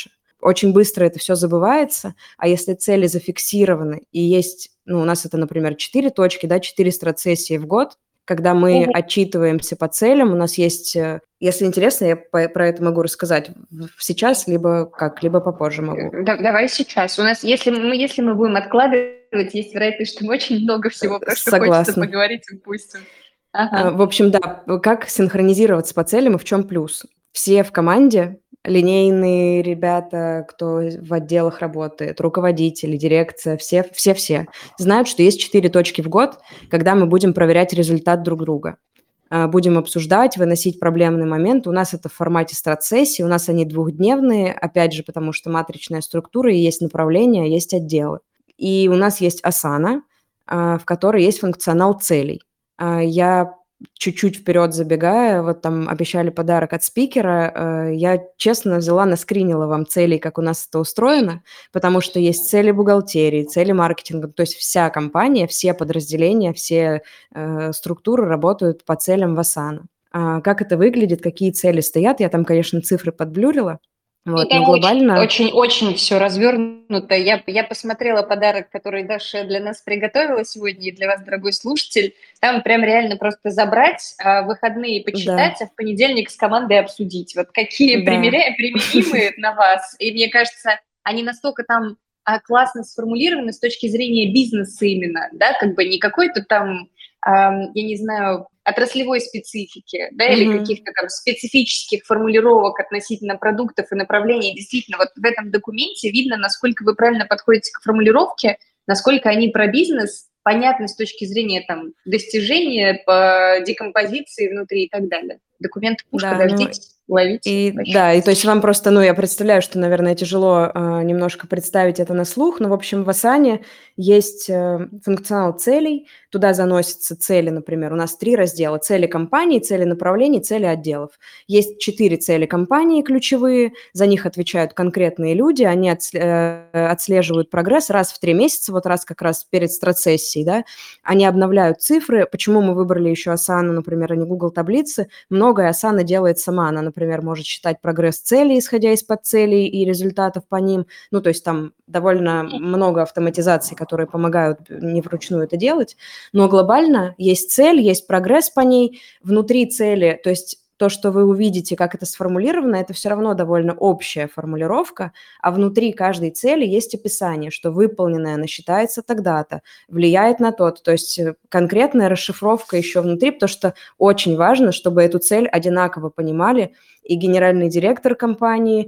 [SPEAKER 2] очень быстро это все забывается, а если цели зафиксированы и есть, ну, у нас это, например, четыре точки, да, четыре страцессии в год, когда мы
[SPEAKER 1] Мгм.
[SPEAKER 2] отчитываемся по целям, у нас есть, э, если интересно, я по- про это могу рассказать в- сейчас, либо как, либо попозже могу.
[SPEAKER 1] Да- давай сейчас. У нас, если мы, если мы будем откладывать, есть вероятность, что мы очень много всего, про что хочется
[SPEAKER 2] Согласна.
[SPEAKER 1] поговорить, упустим.
[SPEAKER 2] А,
[SPEAKER 1] Ага.
[SPEAKER 2] В общем, да, как синхронизироваться по целям и в чем плюс? Все в команде, линейные ребята, кто в отделах работает, руководители, дирекция, все, все-все знают, что есть четыре точки в год, когда мы будем проверять результат друг друга. А, Будем обсуждать, выносить проблемный момент. У нас это в формате страт-сессии, у нас они двухдневные, опять же, потому что матричная структура, и есть направления, есть отделы. И у нас есть Asana, а, в которой есть функционал целей. А, Я чуть-чуть вперед забегая, вот там обещали подарок от спикера, э, я честно взяла, наскринила вам цели, как у нас это устроено, потому что есть цели бухгалтерии, цели маркетинга, то есть вся компания, все подразделения, все э, структуры работают по целям в Asana. А как это выглядит, какие цели стоят, я там, конечно, цифры подблюрила,
[SPEAKER 1] Ну,
[SPEAKER 2] вот, но
[SPEAKER 1] там очень,
[SPEAKER 2] глобально,
[SPEAKER 1] очень, очень все развернуто. Я, я посмотрела подарок, который Даша для нас приготовила сегодня, и для вас, дорогой слушатель. Там прям реально просто забрать, а, в выходные
[SPEAKER 2] да,
[SPEAKER 1] почитать, а в понедельник с командой обсудить. Вот какие
[SPEAKER 2] да.
[SPEAKER 1] примеря- применимы на вас. И мне кажется, они настолько там а, классно сформулированы с точки зрения бизнеса именно, да, как бы не какой-то там, ам, я не знаю, отраслевой специфики, да, или
[SPEAKER 2] Мгм.
[SPEAKER 1] каких-то там специфических формулировок относительно продуктов и направлений. Действительно, вот в этом документе видно, насколько вы правильно подходите к формулировке, насколько они про бизнес, понятны с точки зрения там достижения, по декомпозиции внутри и так далее. Документ пушка,
[SPEAKER 2] Да, ну
[SPEAKER 1] дождитесь, ловите
[SPEAKER 2] И
[SPEAKER 1] вообще.
[SPEAKER 2] да, и то есть вам просто, ну, я представляю, что, наверное, тяжело а, немножко представить это на слух, но, в общем, в Asana есть э, функционал целей, туда заносятся цели, например, у нас три раздела: цели компании, цели направлений, цели отделов. Есть четыре цели компании ключевые, за них отвечают конкретные люди, они отс- э, отслеживают прогресс раз в три месяца, вот раз как раз перед страт-сессией, да, они обновляют цифры. Почему мы выбрали еще Asana, например, а не Google таблицы? Многое Asana делает сама, она, например, может считать прогресс целей, исходя из подцелей и результатов по ним. Ну, то есть там довольно много автоматизаций, которые помогают не вручную это делать. Но глобально есть цель, есть прогресс по ней. Внутри цели, то есть то, что вы увидите, как это сформулировано, это все равно довольно общая формулировка, а внутри каждой цели есть описание, что выполненное она считается тогда-то, влияет на тот. То есть э, конкретная расшифровка еще внутри, потому что очень важно, чтобы эту цель одинаково понимали и генеральный директор компании,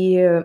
[SPEAKER 2] и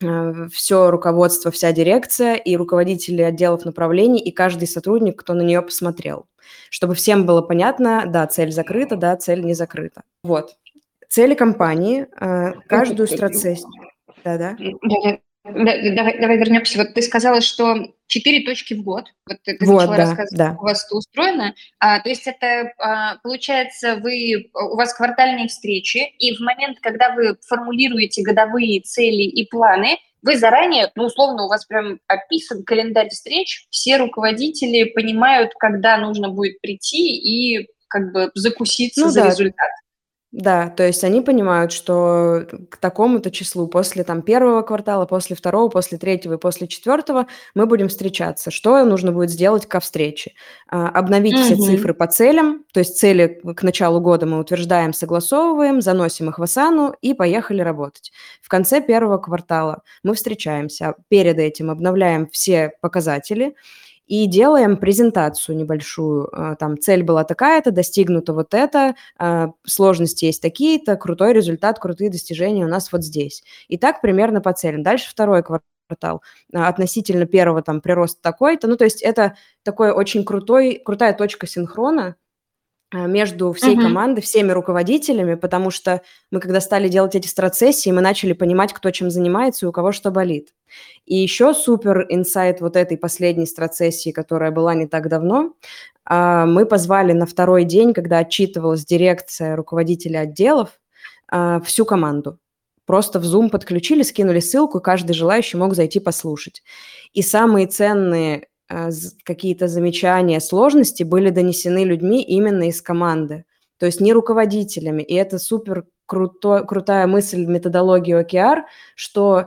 [SPEAKER 2] все руководство, вся дирекция, и руководители отделов направлений, и каждый сотрудник, кто на нее посмотрел. Чтобы всем было понятно, да, цель закрыта, да, цель не закрыта. Вот. Цели компании, э, каждую страцессию. Да-да.
[SPEAKER 1] Да, да, давай, давай вернемся. Вот ты сказала, что четыре точки в год. Вот ты, ты
[SPEAKER 2] Вот,
[SPEAKER 1] начала
[SPEAKER 2] да,
[SPEAKER 1] рассказывать,
[SPEAKER 2] да.
[SPEAKER 1] как у вас это устроено. А, то есть это, а, получается, вы, у вас квартальные встречи, и в момент, когда вы формулируете годовые цели и планы, вы заранее, ну, условно, у вас прям описан календарь встреч, все руководители понимают, когда нужно будет прийти и как бы закуситься
[SPEAKER 2] Ну
[SPEAKER 1] за
[SPEAKER 2] да,
[SPEAKER 1] результат.
[SPEAKER 2] да, то есть они понимают, что к такому-то числу после там первого квартала, после второго, после третьего и после четвертого мы будем встречаться. Что нужно будет сделать ко встрече? А, Обновить все
[SPEAKER 1] Мгм.
[SPEAKER 2] цифры по целям, то есть цели к началу года мы утверждаем, согласовываем, заносим их в Асану и поехали работать. В конце первого квартала мы встречаемся, перед этим обновляем все показатели, и делаем презентацию небольшую. А, Там цель была такая-то, достигнуто вот это, а, сложности есть такие-то, крутой результат, крутые достижения у нас вот здесь. И так примерно по целям. Дальше второй квартал. А, Относительно первого там прирост такой-то. Ну, то есть это такой очень крутой, крутая точка синхрона а, между всей
[SPEAKER 1] Мгм.
[SPEAKER 2] командой, всеми руководителями, потому что мы, когда стали делать эти страцессии, мы начали понимать, кто чем занимается и у кого что болит. И еще супер инсайт вот этой последней страцессии, которая была не так давно, а, мы позвали на второй день, когда отчитывалась дирекция, руководители отделов, а, всю команду. Просто в Zoom подключили, скинули ссылку, и каждый желающий мог зайти послушать. И самые ценные а, з- какие-то замечания, сложности были донесены людьми именно из команды, то есть не руководителями. И это супер круто, крутая мысль в методологии о ке ар, что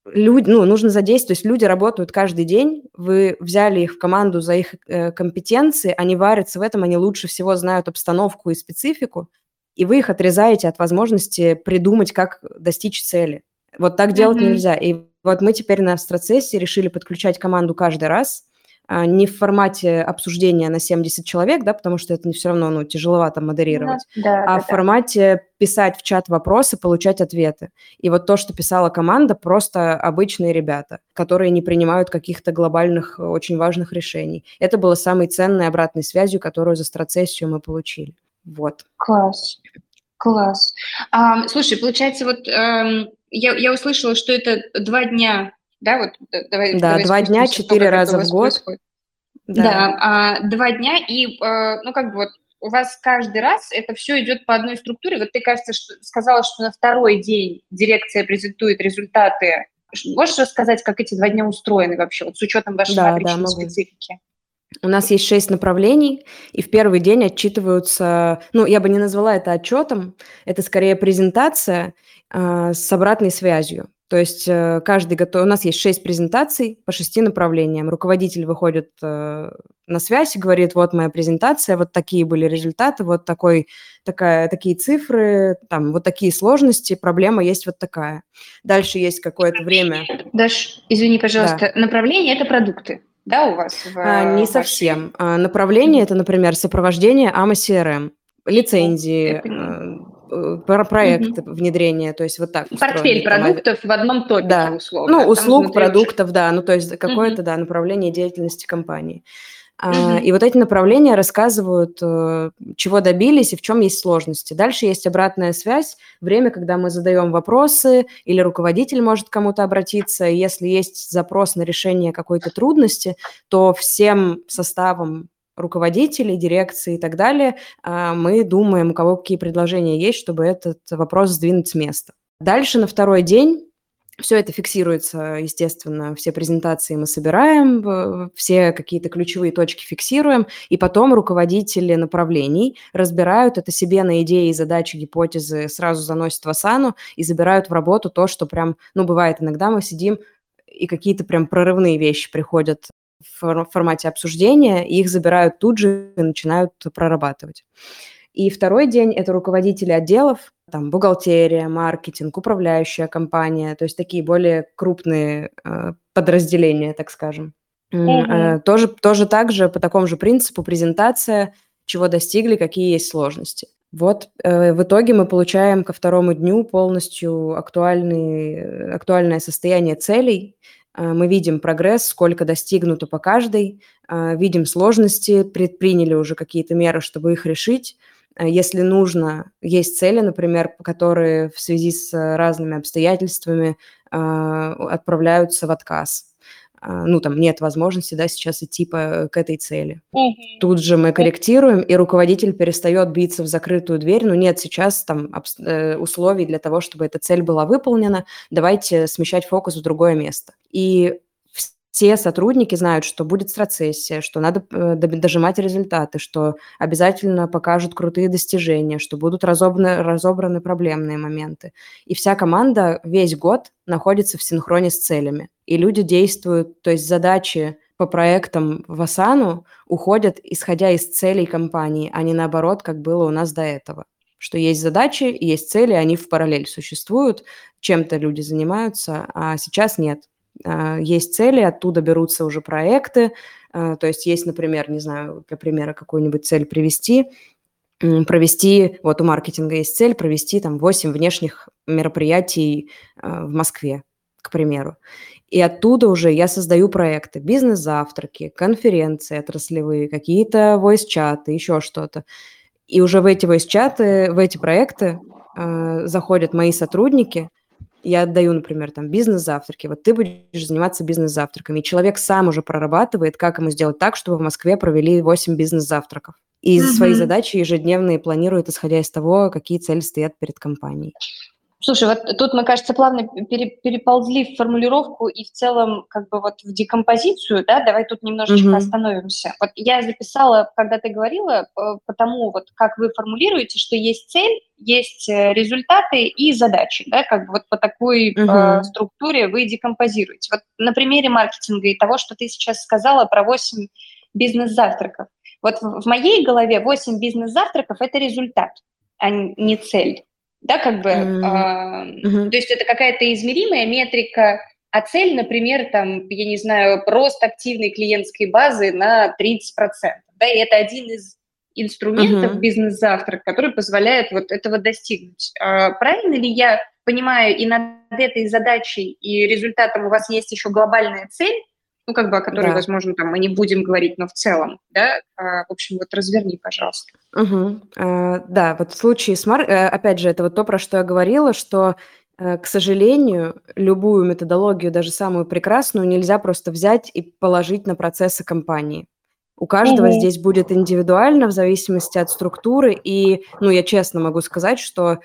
[SPEAKER 2] Люди, ну, нужно задействовать, то есть люди работают каждый день, вы взяли их в команду за их э, компетенции, они варятся в этом, они лучше всего знают обстановку и специфику, и вы их отрезаете от возможности придумать, как достичь цели. Вот так делать
[SPEAKER 1] Мгм.
[SPEAKER 2] нельзя. И вот мы теперь на страцессии решили подключать команду каждый раз, а, не в формате обсуждения на семьдесят человек, да, потому что это не все равно, ну, тяжеловато
[SPEAKER 1] Ну,
[SPEAKER 2] модерировать,
[SPEAKER 1] да,
[SPEAKER 2] а
[SPEAKER 1] да,
[SPEAKER 2] в
[SPEAKER 1] да.
[SPEAKER 2] формате писать в чат вопросы, получать ответы. И вот то, что писала команда, просто обычные ребята, которые не принимают каких-то глобальных, э, очень важных решений. Это было самой ценной обратной связью, которую за страцессию мы получили. Вот.
[SPEAKER 1] Класс, класс. Ам, слушай, получается, вот эм, я, я услышала, что это два дня, да, вот д- давай,
[SPEAKER 2] Да,
[SPEAKER 1] давай
[SPEAKER 2] два дня,
[SPEAKER 1] спустимся в то,
[SPEAKER 2] четыре
[SPEAKER 1] как это у
[SPEAKER 2] раза в
[SPEAKER 1] вас
[SPEAKER 2] год.
[SPEAKER 1] происходит.
[SPEAKER 2] Да,
[SPEAKER 1] Да, а, два дня, и, э, ну, как бы вот у вас каждый раз это все идет по одной структуре. Вот ты, кажется, что, сказала, что на второй день дирекция презентует результаты. Ш- Можешь рассказать, как эти два дня устроены вообще, вот с учетом вашей
[SPEAKER 2] да, да,
[SPEAKER 1] матричной
[SPEAKER 2] могу.
[SPEAKER 1] специфики?
[SPEAKER 2] У нас есть шесть направлений, и в первый день отчитываются, ну, я бы не назвала это отчетом, это скорее презентация а, с обратной связью. То есть э, каждый готов... У нас есть шесть презентаций по шести направлениям. Руководитель выходит э, на связь и говорит, вот моя презентация, вот такие были результаты, вот такой, такая, такие цифры, там, вот такие сложности, проблема есть вот такая. Дальше есть какое-то время.
[SPEAKER 1] Даш, извини,
[SPEAKER 2] Да.
[SPEAKER 1] пожалуйста, направление – это продукты, да, у вас в
[SPEAKER 2] А, не
[SPEAKER 1] э, вашей…
[SPEAKER 2] совсем. А, направление –
[SPEAKER 1] Мгм.
[SPEAKER 2] это, например, сопровождение эй эм эй си эр эм,
[SPEAKER 1] О,
[SPEAKER 2] лицензии,
[SPEAKER 1] это не…
[SPEAKER 2] а, э, про проекты
[SPEAKER 1] Мгм.
[SPEAKER 2] внедрения, то есть вот так устроено.
[SPEAKER 1] Портфель
[SPEAKER 2] Там, ави-
[SPEAKER 1] продуктов в одном топике,
[SPEAKER 2] да, ну,
[SPEAKER 1] условно, а там
[SPEAKER 2] услуг,
[SPEAKER 1] внутри уже…
[SPEAKER 2] продуктов, да, ну, то есть
[SPEAKER 1] Мгм.
[SPEAKER 2] какое-то, да, направление деятельности компании. А,
[SPEAKER 1] Мгм.
[SPEAKER 2] И вот эти направления рассказывают, э, чего добились и в чем есть сложности. Дальше есть обратная связь, время, когда мы задаем вопросы, или руководитель может к кому-то обратиться. И если есть запрос на решение какой-то трудности, то всем составом руководителей, дирекции и так далее а, мы думаем, у кого какие предложения есть, чтобы этот вопрос сдвинуть с места. Дальше на второй день все это фиксируется, естественно, все презентации мы собираем, в- все какие-то ключевые точки фиксируем, и потом руководители направлений разбирают это себе на идеи, задачи, гипотезы, сразу заносят в Асану и забирают в работу то, что прям, ну, бывает иногда мы сидим, и какие-то прям прорывные вещи приходят в фор- формате обсуждения, и их забирают тут же и начинают прорабатывать. И второй день – это руководители отделов, там бухгалтерия, маркетинг, управляющая компания, то есть такие более крупные э, подразделения, так скажем. М,
[SPEAKER 1] Мгм.
[SPEAKER 2] э, тоже, тоже так же, по такому же принципу, презентация, чего достигли, какие есть сложности. Вот э, в итоге мы получаем ко второму дню полностью актуальный, э, актуальное состояние целей. Э, Мы видим прогресс, сколько достигнуто по каждой, э, видим сложности, предприняли уже какие-то меры, чтобы их решить. Э, Если нужно, есть цели, например, которые в связи с э, разными обстоятельствами э, отправляются в отказ. А, Ну, там нет возможности, да, сейчас идти по, к этой цели.
[SPEAKER 1] Мгм.
[SPEAKER 2] Тут же мы корректируем, и руководитель перестает биться в закрытую дверь. Ну, нет сейчас там обс- э, условий для того, чтобы эта цель была выполнена. Давайте смещать фокус в другое место. И все сотрудники знают, что будет страцессия, что надо э, доб- дожимать результаты, что обязательно покажут крутые достижения, что будут разобраны, разобраны проблемные моменты. И вся команда весь год находится в синхроне с целями. И люди действуют, то есть задачи по проектам в Асану уходят, исходя из целей компании, а не наоборот, как было у нас до этого. Что есть задачи, и есть цели, они в параллель существуют, чем-то люди занимаются, а сейчас нет. А, Есть цели, оттуда берутся уже проекты, а, то есть есть, например, не знаю, для примера какую-нибудь цель привести, м, провести, вот у маркетинга есть цель провести там восемь внешних мероприятий а, в Москве, к примеру. И оттуда уже я создаю проекты, бизнес-завтраки, конференции отраслевые, какие-то voice-чаты, еще что-то. И уже в эти voice-чаты, в эти проекты а, заходят мои сотрудники, я отдаю, например, там бизнес-завтраки, вот ты будешь заниматься бизнес-завтраками, и человек сам уже прорабатывает, как ему сделать так, чтобы в Москве провели восемь бизнес-завтраков. И свои
[SPEAKER 1] Мгм.
[SPEAKER 2] задачи ежедневные планирует, исходя из того, какие цели стоят перед компанией.
[SPEAKER 1] Слушай, вот тут мы, кажется, плавно пере- переползли в формулировку и в целом как бы вот в декомпозицию, да, давай тут немножечко
[SPEAKER 2] Мгм.
[SPEAKER 1] остановимся. Вот я записала, когда ты говорила, э, по тому, вот как вы формулируете, что есть цель, есть э, результаты и задачи, да, как бы вот по такой э,
[SPEAKER 2] Мгм.
[SPEAKER 1] структуре вы декомпозируете. Вот на примере маркетинга и того, что ты сейчас сказала про восемь бизнес-завтраков. Вот в в моей голове восемь бизнес-завтраков – это результат, а н- не цель. Да, как бы,
[SPEAKER 2] М,
[SPEAKER 1] а, то
[SPEAKER 2] мгм.
[SPEAKER 1] есть это какая-то измеримая метрика, а цель, например, там, я не знаю, рост активной клиентской базы на тридцать процентов. Да, и это один из инструментов
[SPEAKER 2] Мгм.
[SPEAKER 1] бизнес-завтрак, который позволяет вот этого достигнуть. А, правильно ли я понимаю, и над этой задачей и результатом у вас есть еще глобальная цель, ну, как бы, о которой,
[SPEAKER 2] Да.
[SPEAKER 1] возможно, там мы не будем говорить, но в целом, да? А, в общем, вот разверни, пожалуйста.
[SPEAKER 2] Мгм. Э, да, вот в случае с мар э, опять же, это вот то, про что я говорила, что, э, к сожалению, любую методологию, даже самую прекрасную, нельзя просто взять и положить на процессы компании. У каждого
[SPEAKER 1] Мгм.
[SPEAKER 2] здесь будет индивидуально в зависимости от структуры. И, ну, я честно могу сказать, что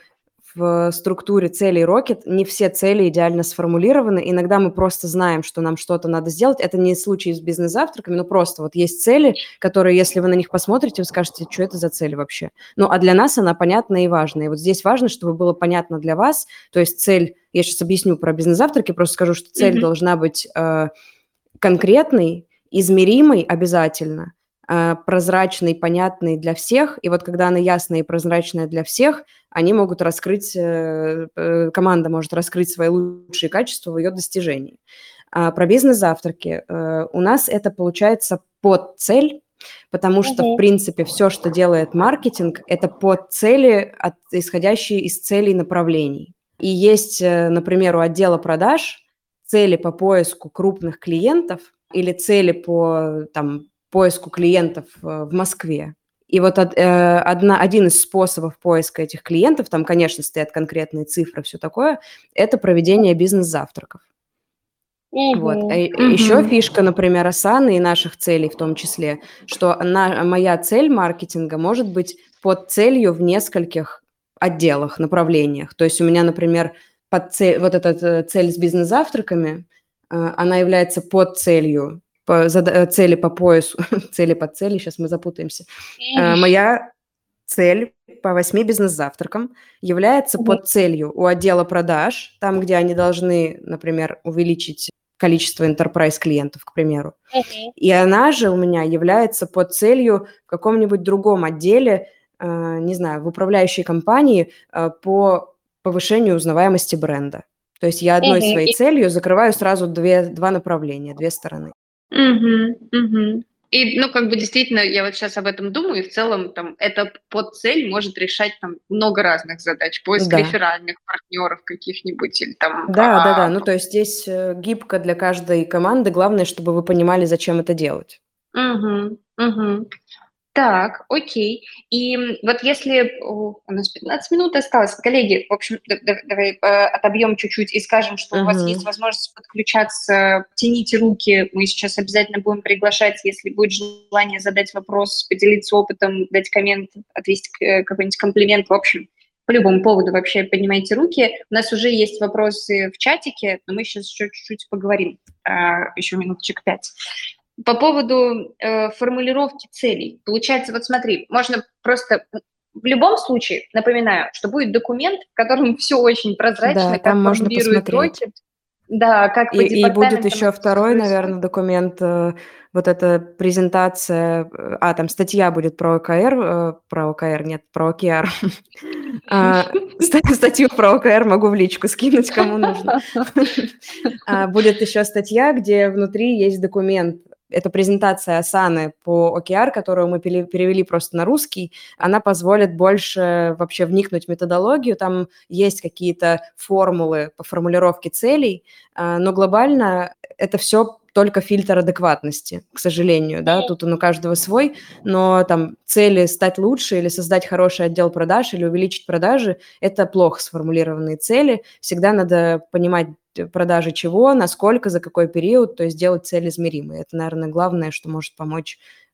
[SPEAKER 2] в структуре целей Rocket не все цели идеально сформулированы. Иногда мы просто знаем, что нам что-то надо сделать. Это не случай с бизнес-завтраками, но просто вот есть цели, которые, если вы на них посмотрите, вы скажете, что это за цель вообще. Ну, а для нас она понятна и важна. И вот здесь важно, чтобы было понятно для вас. То есть цель, я сейчас объясню про бизнес-завтраки, просто скажу, что цель
[SPEAKER 1] Мгм.
[SPEAKER 2] должна быть э, конкретный, измеримый обязательно, э, прозрачный, понятный для всех. И вот когда она ясная и прозрачная для всех, они могут раскрыть, э, э, команда может раскрыть свои лучшие качества в ее достижении. А про бизнес-завтраки. Э, у нас это получается под цель, потому что, в
[SPEAKER 1] Мгм.
[SPEAKER 2] принципе, все, что делает маркетинг, это под цели, от, исходящие из целей направлений. И есть, э, например, у отдела продаж цели по поиску крупных клиентов или цели по там, поиску клиентов э, в Москве. И вот од- э, одна, один из способов поиска этих клиентов, там, конечно, стоят конкретные цифры, все такое, это проведение бизнес-завтраков. Вот. А
[SPEAKER 1] Мгм.
[SPEAKER 2] еще
[SPEAKER 1] Мгм.
[SPEAKER 2] фишка, например, Асаны и наших целей в том числе, что на, моя цель маркетинга может быть под целью в нескольких отделах, направлениях. То есть у меня, например, под цель, вот эта э, цель с бизнес-завтраками, э, она является под целью, по, зада- э, цели по поясу, цели под цели, сейчас мы запутаемся. Э, моя цель по восьми бизнес-завтракам является
[SPEAKER 1] Мгм.
[SPEAKER 2] под целью у отдела продаж, там, где они должны, например, увеличить количество enterprise клиентов, к примеру.
[SPEAKER 1] Мгм.
[SPEAKER 2] И она же у меня является под целью в каком-нибудь другом отделе, э, не знаю, в управляющей компании э, по повышению узнаваемости бренда. То есть я одной
[SPEAKER 1] Мгм.
[SPEAKER 2] своей
[SPEAKER 1] И
[SPEAKER 2] целью закрываю сразу две, два направления, две стороны.
[SPEAKER 1] мгм. Мгм. И, ну, как бы действительно, я вот сейчас об этом думаю, и в целом там эта подцель может решать там много разных задач. Поиск
[SPEAKER 2] Да.
[SPEAKER 1] реферальных партнеров каких-нибудь или там...
[SPEAKER 2] Да, да, да.
[SPEAKER 1] а,
[SPEAKER 2] Ну, то есть здесь э, гибко для каждой команды. Главное, чтобы вы понимали, зачем это делать.
[SPEAKER 1] мгм. Мгм. Так, окей. И м, вот если о, у нас пятнадцать минут осталось, коллеги, в общем, да- да- давай э, отобьем чуть-чуть и скажем, что у вас есть
[SPEAKER 2] Мгм.
[SPEAKER 1] возможность подключаться, тяните руки, мы сейчас обязательно будем приглашать, если будет желание задать вопрос, поделиться опытом, дать коммент, отвести э, какой-нибудь комплимент, в общем, по любому поводу вообще поднимайте руки. У нас уже есть вопросы в чатике, но мы сейчас еще чуть-чуть поговорим, а, еще минуточек пять. По поводу э, формулировки целей. Получается, вот смотри, можно просто в любом случае, напоминаю, что будет документ, в котором все очень
[SPEAKER 2] Да,
[SPEAKER 1] прозрачно,
[SPEAKER 2] там
[SPEAKER 1] как
[SPEAKER 2] можно
[SPEAKER 1] формулирует
[SPEAKER 2] посмотреть.
[SPEAKER 1] Rocket, да, как
[SPEAKER 2] И,
[SPEAKER 1] по
[SPEAKER 2] и будет
[SPEAKER 1] департаментам
[SPEAKER 2] еще
[SPEAKER 1] это все
[SPEAKER 2] второй,
[SPEAKER 1] происходит.
[SPEAKER 2] наверное, документ, э, вот эта презентация, э, а, там статья будет про ОКР, э, про ОКР, нет, про ОКР. А, ста- Статью про ОКР могу в личку скинуть, кому нужно. А, Будет еще статья, где внутри есть документ. Это презентация Асаны по о ке ар, которую мы пере- перевели просто на русский. Она позволит больше вообще вникнуть в методологию. Там есть какие-то формулы по формулировке целей, а, но глобально это все только фильтр адекватности, к сожалению, да, тут он у каждого свой, но там цели стать лучше или создать хороший отдел продаж или увеличить продажи – это плохо сформулированные цели. Всегда надо понимать продажи чего, насколько, за какой период, то есть делать цель измеримой. Это, наверное, главное, что может помочь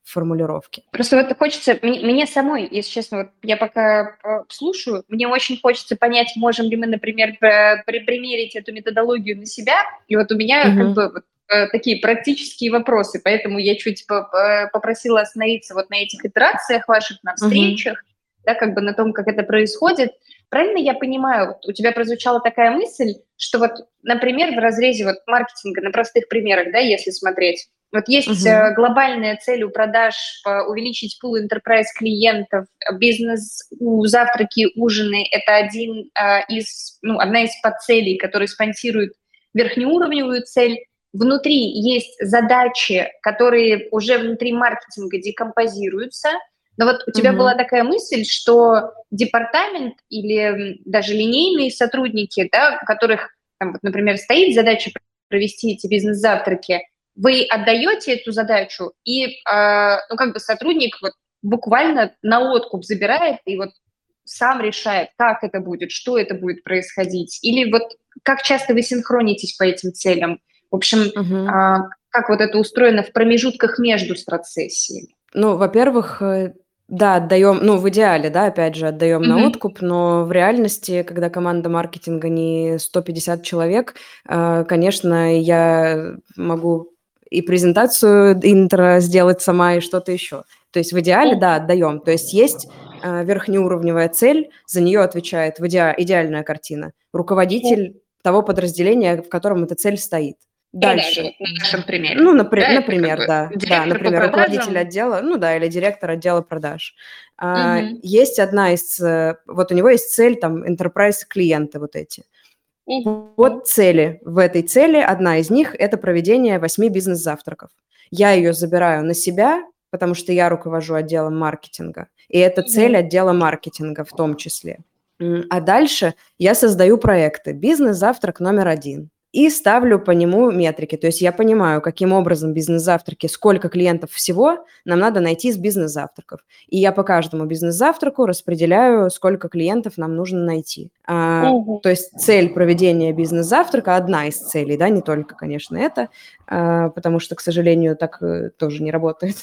[SPEAKER 2] формулировке.
[SPEAKER 1] Просто вот хочется, мне, мне самой, если честно, вот я пока слушаю, мне очень хочется понять, можем ли мы, например, примерить эту методологию на себя. И вот у меня угу. как бы вот, такие практические вопросы, поэтому я чуть попросила остановиться вот на этих итерациях ваших, на встречах, угу. да, как бы на том, как это происходит. Правильно я понимаю, вот у тебя прозвучала такая мысль, что вот, например, в разрезе вот маркетинга, на простых примерах, да, если смотреть, вот есть uh-huh. глобальная цель у продаж увеличить пул enterprise клиентов, бизнес, завтраки, ужины – это один из, ну, одна из подцелей, которые спонсируют верхнеуровневую цель. Внутри есть задачи, которые уже внутри маркетинга декомпозируются. Но вот у тебя uh-huh. была такая мысль, что департамент или даже линейные сотрудники, да, у которых, там, вот, например, стоит задача провести эти бизнес-завтраки, вы отдаете эту задачу, и э, ну, как бы сотрудник вот буквально на откуп забирает и вот сам решает, как это будет, что это будет происходить, или вот как часто вы синхронитесь по этим целям. В общем, uh-huh. э, как вот это устроено в промежутках между страцессиями?
[SPEAKER 2] Ну, во-первых, да, отдаем, ну, в идеале, да, опять же, отдаем uh-huh. на откуп, но в реальности, когда команда маркетинга не сто пятьдесят человек, э, конечно, я могу и презентацию интро сделать сама, и что-то еще. То есть в идеале, да, отдаем. То есть есть э, верхнеуровневая цель, за нее отвечает в иде... идеальная картина. Руководитель того подразделения, в котором эта цель стоит. Дальше.
[SPEAKER 1] Да, на нашем примере.
[SPEAKER 2] Ну, напри...
[SPEAKER 1] да,
[SPEAKER 2] например,
[SPEAKER 1] как бы
[SPEAKER 2] да. Да, например, руководитель отдела, ну да, или директор отдела продаж. Угу. А, есть одна из, вот у него есть цель, там, enterprise клиенты вот эти. Угу. Вот цели. В этой цели одна из них – это проведение восьми бизнес-завтраков. Я ее забираю на себя, потому что я руковожу отделом маркетинга, и это угу. цель отдела маркетинга в том числе. А дальше я создаю проекты. Бизнес-завтрак номер один. И ставлю по нему метрики. То есть я понимаю, каким образом бизнес-завтраки, сколько клиентов всего нам надо найти с бизнес-завтраков. И я по каждому бизнес-завтраку распределяю, сколько клиентов нам нужно найти. А, угу. То есть цель проведения бизнес-завтрака, одна из целей, да, не только, конечно, это, а, потому что, к сожалению, так тоже не работает.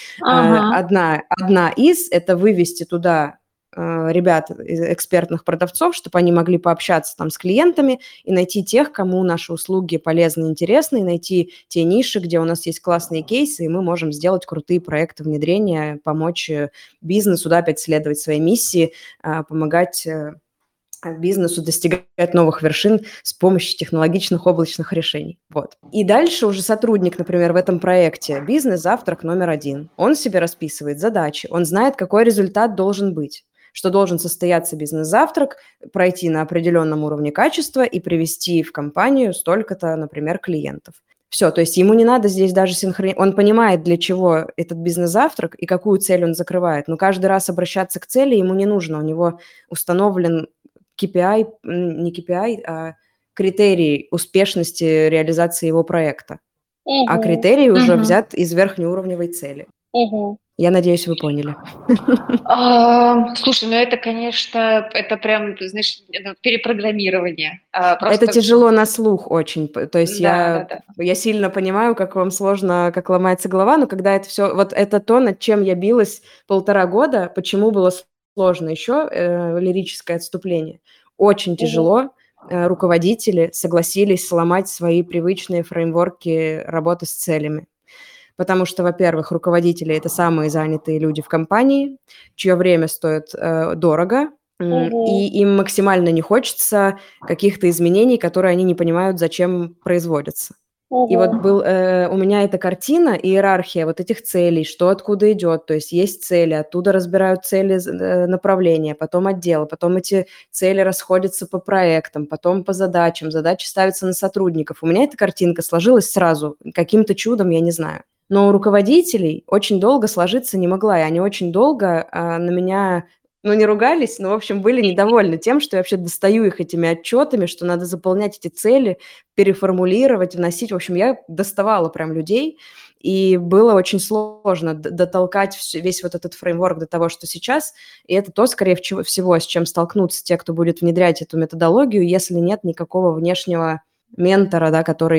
[SPEAKER 2] Ага. Одна, одна из – это вывести туда ребят, экспертных продавцов, чтобы они могли пообщаться там с клиентами и найти тех, кому наши услуги полезны и интересны, и найти те ниши, где у нас есть классные кейсы, и мы можем сделать крутые проекты внедрения, помочь бизнесу, да, опять следовать своей миссии, помогать бизнесу достигать новых вершин с помощью технологичных облачных решений. Вот. И дальше уже сотрудник, например, в этом проекте «Бизнес-завтрак номер один». Он себе расписывает задачи, он знает, какой результат должен быть, что должен состояться бизнес-завтрак, пройти на определенном уровне качества и привести в компанию столько-то, например, клиентов. Все, то есть ему не надо здесь даже синхронизировать. Он понимает, для чего этот бизнес-завтрак и какую цель он закрывает, но каждый раз обращаться к цели ему не нужно. У него установлен кей пи ай, не кей пи ай, а критерий успешности реализации его проекта. Угу. А критерий угу. уже взят из верхнеуровневой цели. Угу. Я надеюсь, вы поняли.
[SPEAKER 1] А, слушай, ну это, конечно, это прям, знаешь, перепрограммирование. А,
[SPEAKER 2] просто... Это тяжело на слух очень. То есть да, я, да, да. я сильно понимаю, как вам сложно, как ломается голова, но когда это все... Вот это то, над чем я билась полтора года, почему было сложно еще, э, лирическое отступление. Очень тяжело. Э, руководители согласились сломать свои привычные фреймворки работы с целями. Потому что, во-первых, руководители – это самые занятые люди в компании, чье время стоит э, дорого, угу. и им максимально не хочется каких-то изменений, которые они не понимают, зачем производятся. Угу. И вот был, э, у меня эта картина, иерархия вот этих целей, что откуда идет, то есть есть цели, оттуда разбирают цели э, направления, потом отделы, потом эти цели расходятся по проектам, потом по задачам, задачи ставятся на сотрудников. У меня эта картинка сложилась сразу, каким-то чудом, я не знаю. Но у руководителей очень долго сложиться не могла, и они очень долго а, на меня, ну, не ругались, но, в общем, были недовольны тем, что я вообще достаю их этими отчетами, что надо заполнять эти цели, переформулировать, вносить. В общем, я доставала прям людей, и было очень сложно дотолкать весь вот этот фреймворк до того, что сейчас, и это то, скорее всего, с чем столкнутся те, кто будет внедрять эту методологию, если нет никакого внешнего ментора, да, который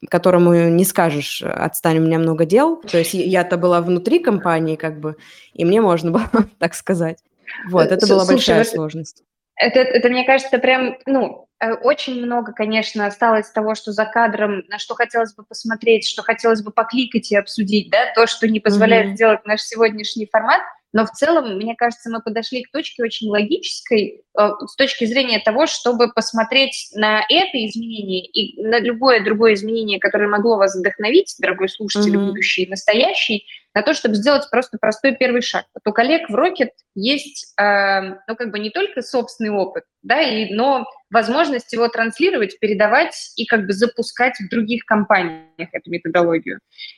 [SPEAKER 2] которому не скажешь: «Отстань, у меня много дел». То есть я-то была внутри компании как бы, и мне можно было так сказать. Вот, это была
[SPEAKER 1] Слушай,
[SPEAKER 2] большая
[SPEAKER 1] вот
[SPEAKER 2] сложность.
[SPEAKER 1] Это, это, мне кажется, прям, ну, э, очень много, конечно, осталось того, что за кадром, на что хотелось бы посмотреть, что хотелось бы покликать и обсудить, да, то, что не позволяет
[SPEAKER 2] Мгм.
[SPEAKER 1] сделать наш сегодняшний формат. Но в целом, мне кажется, мы подошли к точке очень логической э, с точки зрения того, чтобы посмотреть на это изменение и на любое другое изменение, которое могло вас вдохновить, дорогой слушатель,
[SPEAKER 2] Мгм.
[SPEAKER 1] будущий и настоящий, на то, чтобы сделать просто простой первый шаг. Вот у коллег в Rocket есть, э, ну, как бы не только собственный опыт, да, и, но возможность его транслировать, передавать и как бы запускать в других компаниях эту методологию.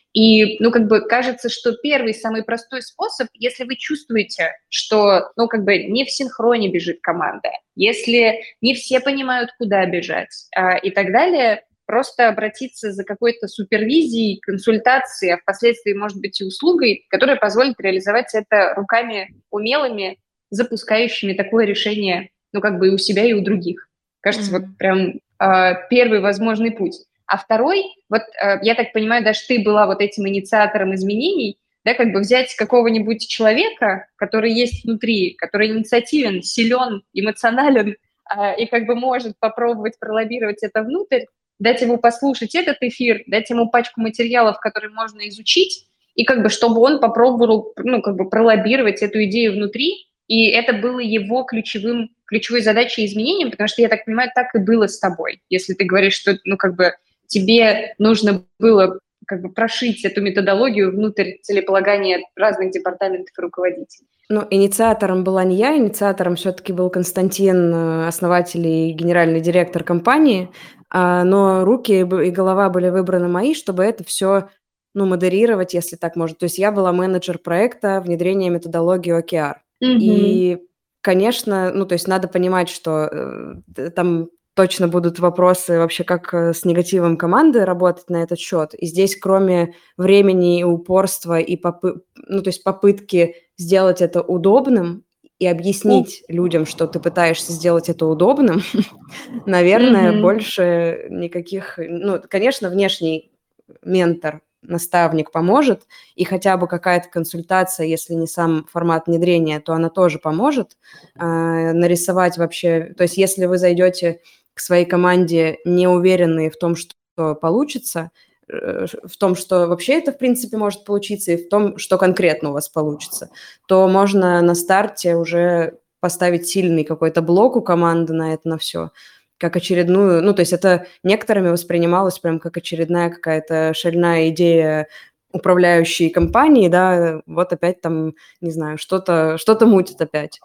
[SPEAKER 1] И, ну, как бы кажется, что первый, самый простой способ, если вы чувствуете, что, ну, как бы не в синхроне бежит команда, если не все понимают, куда бежать э, и так далее, просто обратиться за какой-то супервизией, консультацией, а впоследствии, может быть, и услугой, которая позволит реализовать это руками умелыми, запускающими такое решение, ну, как бы и у себя, и у других. Кажется, вот
[SPEAKER 2] Мгм.
[SPEAKER 1] прям э, первый возможный путь. А второй, вот э, я так понимаю, даже ты была вот этим инициатором изменений, да, как бы взять какого-нибудь человека, который есть внутри, который инициативен, силен, эмоционален, э, и как бы может попробовать пролоббировать это внутрь, дать ему послушать этот эфир, дать ему пачку материалов, которые можно изучить, и как бы чтобы он попробовал, ну, как бы пролоббировать эту идею внутри, и это было его ключевым, ключевой задачей изменением, потому что, я так понимаю, так и было с тобой. Если ты говоришь, что, ну, как бы тебе нужно было как бы прошить эту методологию внутрь целеполагания разных департаментов и руководителей.
[SPEAKER 2] Ну, инициатором была не я, инициатором все-таки был Константин, э, основатель и генеральный директор компании, а, но руки и голова были выбраны мои, чтобы это все, ну, модерировать, если так можно. То есть я была менеджер проекта внедрения методологии о ке ар.
[SPEAKER 1] Угу.
[SPEAKER 2] И, конечно, ну, то есть надо понимать, что э, там точно будут вопросы вообще, как э, с негативом команды работать на этот счет. И здесь, кроме времени и упорства, и попы- ну, то есть попытки сделать это удобным и объяснить людям, что ты пытаешься сделать это удобным, наверное,
[SPEAKER 1] Угу.
[SPEAKER 2] больше никаких... Ну, конечно, внешний ментор, наставник поможет, и хотя бы какая-то консультация, если не сам формат внедрения, то она тоже поможет э, нарисовать вообще... То есть если вы зайдете к своей команде неуверенные в том, что получится, в том, что вообще это, в принципе, может получиться, и в том, что конкретно у вас получится, то можно на старте уже поставить сильный какой-то блок у команды на это, на все, как очередную... Ну, то есть это некоторыми воспринималось прям как очередная какая-то шальная идея управляющей компании, да, вот опять там, не знаю, что-то что-то мутит опять.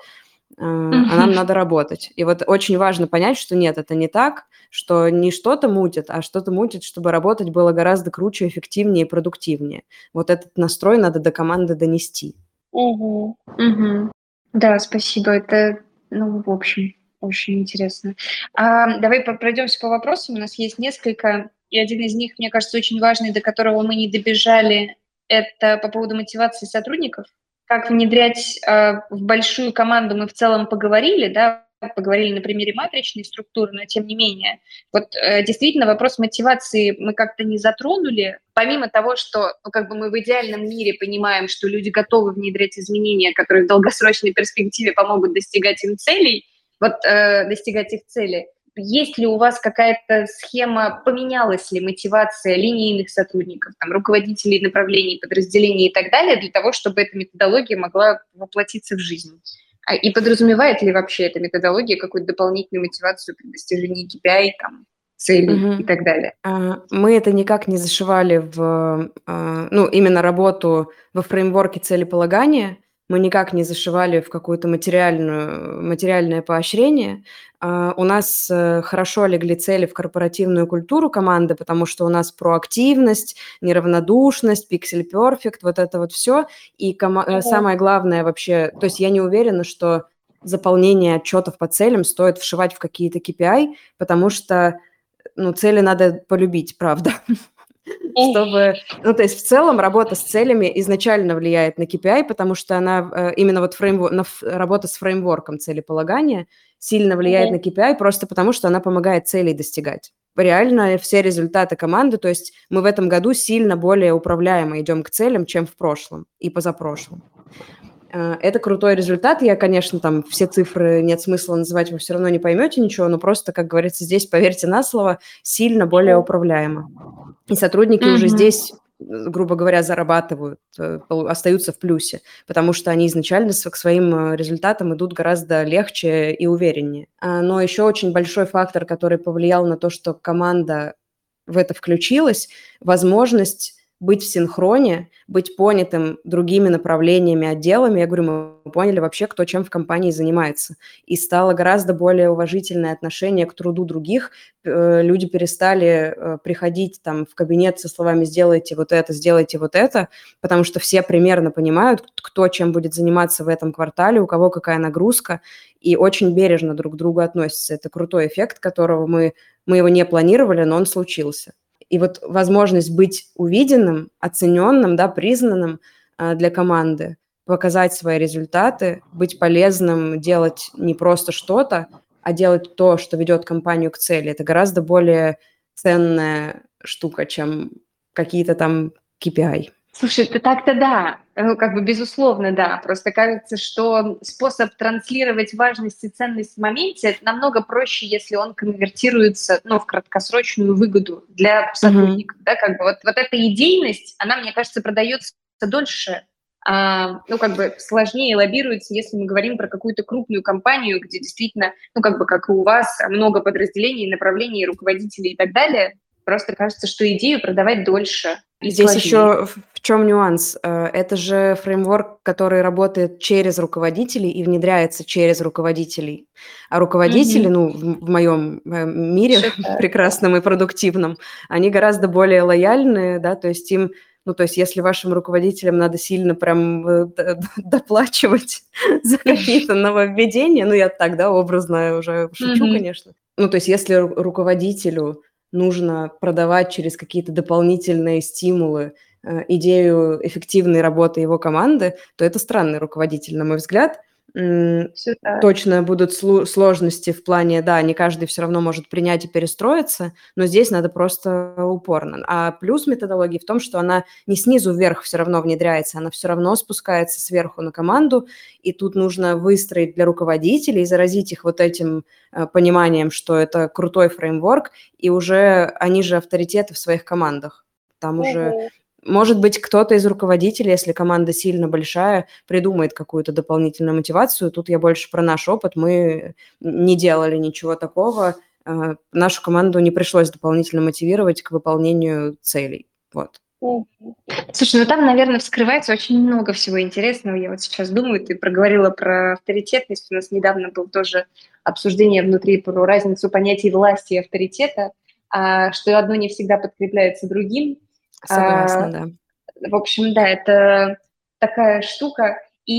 [SPEAKER 2] А нам надо работать. И вот очень важно понять, что нет, это не так, что не что-то мутит, а что-то мутит, чтобы работать было гораздо круче, эффективнее и продуктивнее. Вот этот настрой надо до команды донести.
[SPEAKER 1] Угу. Угу. Да, спасибо. Это, ну, в общем, очень интересно. А, давай по- пройдемся по вопросам. У нас есть несколько, и один из них, мне кажется, очень важный, до которого мы не добежали. Это по поводу мотивации сотрудников. Как внедрять э, в большую команду мы в целом поговорили, да, поговорили на примере матричной структуры, но тем не менее. Вот э, действительно вопрос мотивации мы как-то не затронули, помимо того, что, ну, как бы мы в идеальном мире понимаем, что люди готовы внедрять изменения, которые в долгосрочной перспективе помогут достигать им целей, вот э, достигать их цели. Есть ли у вас какая-то схема, поменялась ли мотивация линейных сотрудников, там, руководителей направлений, подразделений и так далее, для того, чтобы эта методология могла воплотиться в жизнь? А, И подразумевает ли вообще эта методология какую-то дополнительную мотивацию при достижении кей пи ай, там, целей и
[SPEAKER 2] Мгм.
[SPEAKER 1] так далее?
[SPEAKER 2] А, Мы это никак не зашивали в, а, ну, именно работу во фреймворке целеполагания, мы никак не зашивали в какую-то материальную, материальное поощрение. А, У нас э, хорошо легли цели в корпоративную культуру команды, потому что у нас проактивность, неравнодушность, пиксель перфект, вот это вот все. И кома- э,
[SPEAKER 1] Мгм.
[SPEAKER 2] самое главное вообще, то есть я не уверена, что заполнение отчетов по целям стоит вшивать в какие-то кей пи ай, потому что ну, цели надо полюбить, правда. Чтобы, ну, то есть в целом работа с целями изначально влияет на кей пи ай, потому что она э, именно вот фреймвор, на ф- работа с фреймворком целеполагания сильно влияет
[SPEAKER 1] Мгм.
[SPEAKER 2] на кей пи ай просто потому, что она помогает целей достигать. реально все результаты команды, то есть мы в этом году сильно более управляемо идем к целям, чем в прошлом и позапрошлом. Это крутой результат. Я, конечно, там все цифры нет смысла называть, вы все равно не поймете ничего, но просто, как говорится, здесь, поверьте на слово, сильно более управляемо. И сотрудники mm-hmm. уже здесь, грубо говоря, зарабатывают, остаются в плюсе, потому что они изначально к своим результатам идут гораздо легче и увереннее. Но еще очень большой фактор, который повлиял на то, что команда в это включилась, возможность быть в синхроне, быть понятым другими направлениями, отделами. Я говорю, мы поняли вообще, кто чем в компании занимается. И стало гораздо более уважительное отношение к труду других. Люди перестали приходить там в кабинет со словами «сделайте вот это, сделайте вот это», потому что все примерно понимают, кто чем будет заниматься в этом квартале, у кого какая нагрузка, и очень бережно друг к другу относятся. Это крутой эффект, которого мы, мы его не планировали, но он случился. И вот возможность быть увиденным, оцененным, да, признанным э, для команды, показать свои результаты, быть полезным, делать не просто что-то, а делать то, что ведет компанию к цели. Это гораздо более ценная штука, чем какие-то там кей пи ай.
[SPEAKER 1] Слушай, это так-то да, ну, как бы безусловно, да. Просто кажется, что способ транслировать важность и ценность в моменте намного проще, если он конвертируется, ну, в краткосрочную выгоду для сотрудников, mm-hmm. да, как бы вот, вот эта идейность, она, мне кажется, продается дольше, а, ну, как бы сложнее лоббируется, если мы говорим про какую-то крупную компанию, где действительно, ну, как бы, как и у вас, много подразделений, направлений, руководителей и так далее. Просто кажется, что идею продавать дольше.
[SPEAKER 2] Здесь еще в чем нюанс? Это же фреймворк, который работает через руководителей и внедряется через руководителей. А руководители, mm-hmm. ну, в, в моем мире Шикарно. прекрасном и продуктивном, они гораздо более лояльны, да, то есть им, ну, то есть если вашим руководителям надо сильно прям доплачивать за какие-то нововведения, ну, я так, да, образно уже шучу, mm-hmm. конечно. Ну, то есть если руководителю нужно продавать через какие-то дополнительные стимулы э, идею эффективной работы его команды, то это странный руководитель, на мой взгляд. М- точно будут слу- сложности в плане, да, не каждый все равно может принять и перестроиться, но здесь надо просто упорно. А плюс методологии в том, что она не снизу вверх все равно внедряется, она все равно спускается сверху на команду, и тут нужно выстроить для руководителей, заразить их вот этим э, пониманием, что это крутой фреймворк, и уже они же авторитеты в своих командах. Там уже... Uh-huh. Может быть, кто-то из руководителей, если команда сильно большая, придумает какую-то дополнительную мотивацию. Тут я больше про наш опыт. Мы не делали ничего такого. Нашу команду не пришлось дополнительно мотивировать к выполнению целей. Вот.
[SPEAKER 1] Слушай, ну там, наверное, вскрывается очень много всего интересного. Я вот сейчас думаю, ты проговорила про авторитетность. У нас недавно было тоже обсуждение внутри про разницу понятий власти и авторитета, что одно не всегда подкрепляется другим.
[SPEAKER 2] Согласна, а,
[SPEAKER 1] да. В общем, да, это такая штука.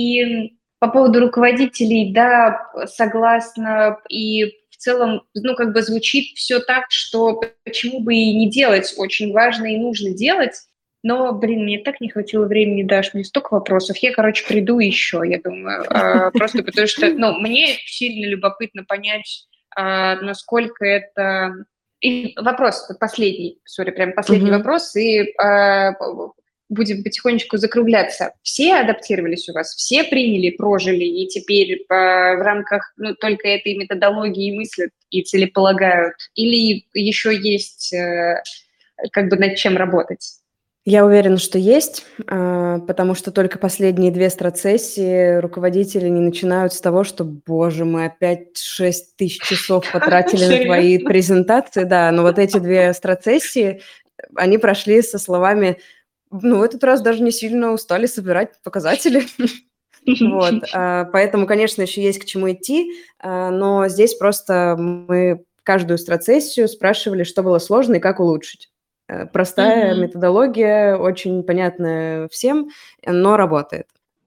[SPEAKER 1] И по поводу руководителей, да, согласна. И в целом, ну, как бы звучит все так, что почему бы и не делать, очень важно и нужно делать. Но, блин, мне так не хватило времени, Даш, мне столько вопросов. Я, короче, приду еще, я думаю. Просто потому что, ну, мне сильно любопытно понять, насколько это... И вопрос последний, сори, прям последний uh-huh. вопрос, и э, будем потихонечку закругляться. Все адаптировались у вас, все приняли, прожили, и теперь э, в рамках ну, только этой методологии мыслят и целеполагают? Или еще есть э, как бы над чем работать?
[SPEAKER 2] Я уверена, что есть, потому что только последние две страцессии руководители не начинают с того, что, боже, мы опять шесть тысяч часов потратили на твои презентации. Да, но вот эти две страцессии, они прошли со словами, ну, в этот раз даже не сильно устали собирать показатели. Вот, поэтому, конечно, еще есть к чему идти, но здесь просто мы каждую страцессию спрашивали, что было сложно и как улучшить. Простая mm-hmm. методология, очень понятная всем, но работает.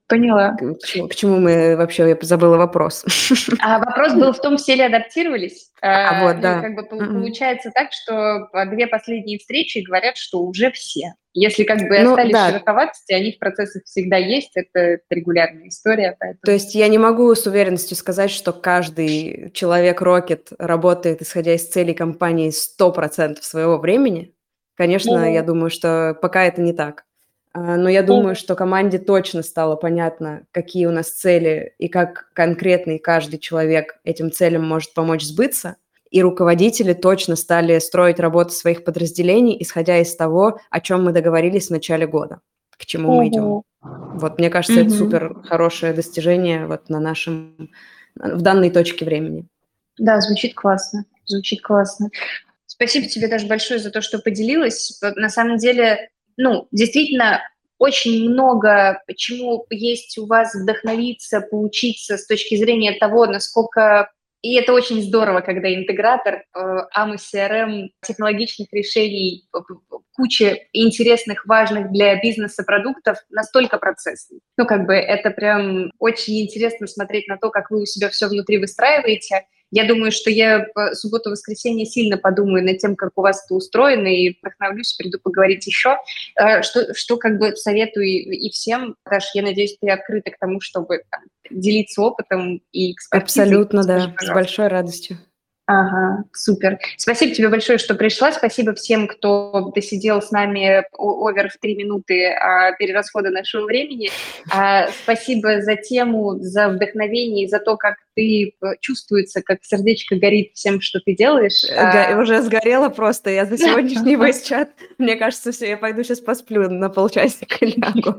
[SPEAKER 1] Поняла.
[SPEAKER 2] К чему к чему мы вообще, я забыла вопрос.
[SPEAKER 1] А вопрос был в том, все ли адаптировались.
[SPEAKER 2] А,
[SPEAKER 1] А,
[SPEAKER 2] вот,
[SPEAKER 1] ну и
[SPEAKER 2] да.
[SPEAKER 1] как бы пол-
[SPEAKER 2] Мгм.
[SPEAKER 1] получается так, что а, две последние встречи говорят, что уже все. Если как бы и
[SPEAKER 2] Ну
[SPEAKER 1] остались
[SPEAKER 2] да,
[SPEAKER 1] шероховатости, они в процессах всегда есть, это, это регулярная история,
[SPEAKER 2] то
[SPEAKER 1] поэтому...
[SPEAKER 2] есть я не могу с уверенностью сказать, что каждый человек Rocket работает, исходя из целей компании сто процентов своего времени. Конечно, я
[SPEAKER 1] Мгм.
[SPEAKER 2] думаю, что пока это не так. А, но я думаю,
[SPEAKER 1] Мгм.
[SPEAKER 2] что команде точно стало понятно, какие у нас цели и как конкретный каждый человек этим целям может помочь сбыться. И руководители точно стали строить работу своих подразделений, исходя из того, о чем мы договорились в начале года, к чему мы идем.
[SPEAKER 1] Мгм.
[SPEAKER 2] Вот, мне кажется, это
[SPEAKER 1] Мгм.
[SPEAKER 2] супер хорошее достижение вот на нашем, в данной точке времени.
[SPEAKER 1] Да, звучит классно, звучит классно. Спасибо тебе даже большое за то, что поделилась. Вот на самом деле, ну, действительно, очень много чему есть у вас вдохновиться, поучиться с точки зрения того, насколько... И это очень здорово, когда интегратор э, эй эм и си ар эм, технологичных решений, п- п- п- куча интересных, важных для бизнеса продуктов настолько процессный. Ну, как бы это прям очень интересно смотреть на то, как вы у себя все внутри выстраиваете. Я думаю, что я в субботу-воскресенье сильно подумаю над тем, как у вас это устроено, и вдохновлюсь, приду поговорить еще. Э, Что, что как бы советую и и всем, Даш, я надеюсь, ты открыта к тому, чтобы там, делиться опытом и экспертизой.
[SPEAKER 2] Абсолютно,
[SPEAKER 1] Скажи,
[SPEAKER 2] да, с
[SPEAKER 1] пожалуйста.
[SPEAKER 2] большой радостью.
[SPEAKER 1] Ага, супер. Спасибо тебе большое, что пришла. Спасибо всем, кто досидел с нами о- овер в три минуты а, перерасхода нашего времени. А, спасибо за тему, за вдохновение и за то, как ты э, чувствуется, как сердечко горит всем, что ты делаешь.
[SPEAKER 2] Э, га-
[SPEAKER 1] А,
[SPEAKER 2] Уже сгорела просто я за сегодняшний войс-чат. Мне кажется, все, я пойду сейчас посплю на полчасика и лягу.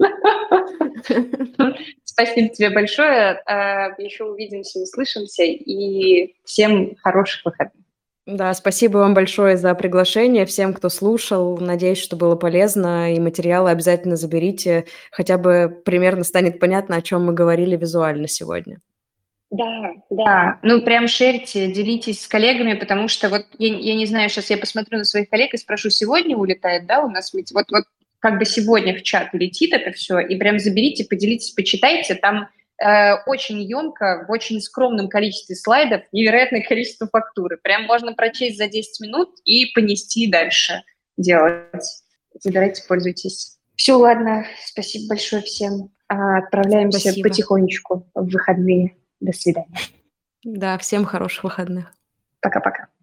[SPEAKER 1] Спасибо тебе большое. А, Еще увидимся, услышимся. И всем хороших выходных.
[SPEAKER 2] Да, спасибо вам большое за приглашение. Всем, кто слушал, надеюсь, что было полезно, и материалы обязательно заберите. Хотя бы примерно станет понятно, о чем мы говорили визуально сегодня.
[SPEAKER 1] Да, да. Ну, прям шерьте, делитесь с коллегами, потому что вот я, я не знаю, сейчас я посмотрю на своих коллег и спрошу, сегодня улетает, да, у нас ведь вот, вот как бы сегодня в чат летит это все, и прям заберите, поделитесь, почитайте, там э, очень емко, в очень скромном количестве слайдов, невероятное количество фактуры. Прям можно прочесть за десять минут и понести дальше делать. Забирайте, пользуйтесь. Все, ладно, спасибо большое всем. А, Отправляемся
[SPEAKER 2] Спасибо.
[SPEAKER 1] потихонечку в выходные. До свидания.
[SPEAKER 2] Да, всем хороших выходных.
[SPEAKER 1] Пока-пока.